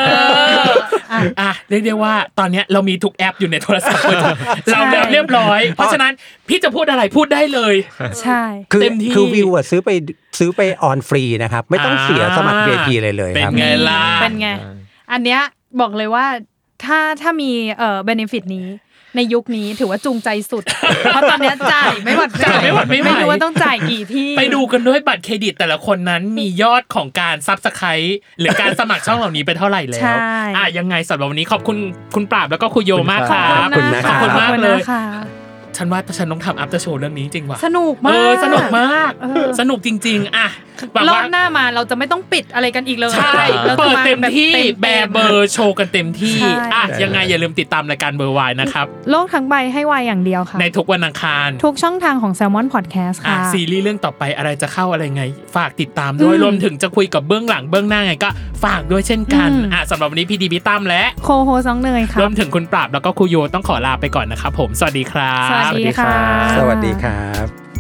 เรียกได้ว่าตอนนี้เรามีทุกแอปอยู่ในโทรศัพท์เราเรียบร้อยเพราะฉะนั้นพี่จะพูดอะไรพูดได้เลยใช่เต็มที่คือวิวซื้อไปออนฟรีนะครับไม่ต้องเสียสมัคร VIP เลยครับเป็นไงล่ะเป็นไงอันเนี้ยบอกเลยว่าถ้ามีbenefit นี้ในยุคนี้ถือว่าจูงใจสุดเพราะตอนนี้จ่ายไม่หมดไม่รู้ว่าต้องจ่ายกี่ที่ไปดูกันด้วยบัตรเครดิตแต่ละคนนั้นมียอดของการ Subscribe หรือการสมัครช่องเหล่านี้ไปเท่าไหร่แล้วยังไงสำหรับวันนี้ขอบคุณคุณปราบแล้วก็ครูโยมากครับขอบคุณมากเลยฉันว่าฉันต้องทำ after show เรื่องนี้จริงว่ะสนุกมากสนุกมากสนุกจริงๆรอบหน้ามาเราจะไม่ต้องปิดอะไรกันอีกเลยใช่เปิดเต็มที่แบร์เบอร์โชว์กันเต็มที่ยังไงอย่าลืมติดตามรายการเบอร์วายนะครับโลกทั้งใบให้วายอย่างเดียวค่ะในทุกวันอังคารทุกช่องทางของ Salmon Podcast ค่ะซีรีส์เรื่องต่อไปอะไรจะเข้าอะไรไงฝากติดตามด้วยรวมถึงจะคุยกับเบื้องหลังเบื้องหน้าไงก็ฝากด้วยเช่นกันสำหรับวันนี้พี่ดีพี่ตั้มและโคโฮซองเนยค่ะรวมถึงคุณปราบแล้วก็ครูโยต้องขอลาไปก่อนนะครับผมสวัสดีครับสวัสดีค่ะสวัสดีครับ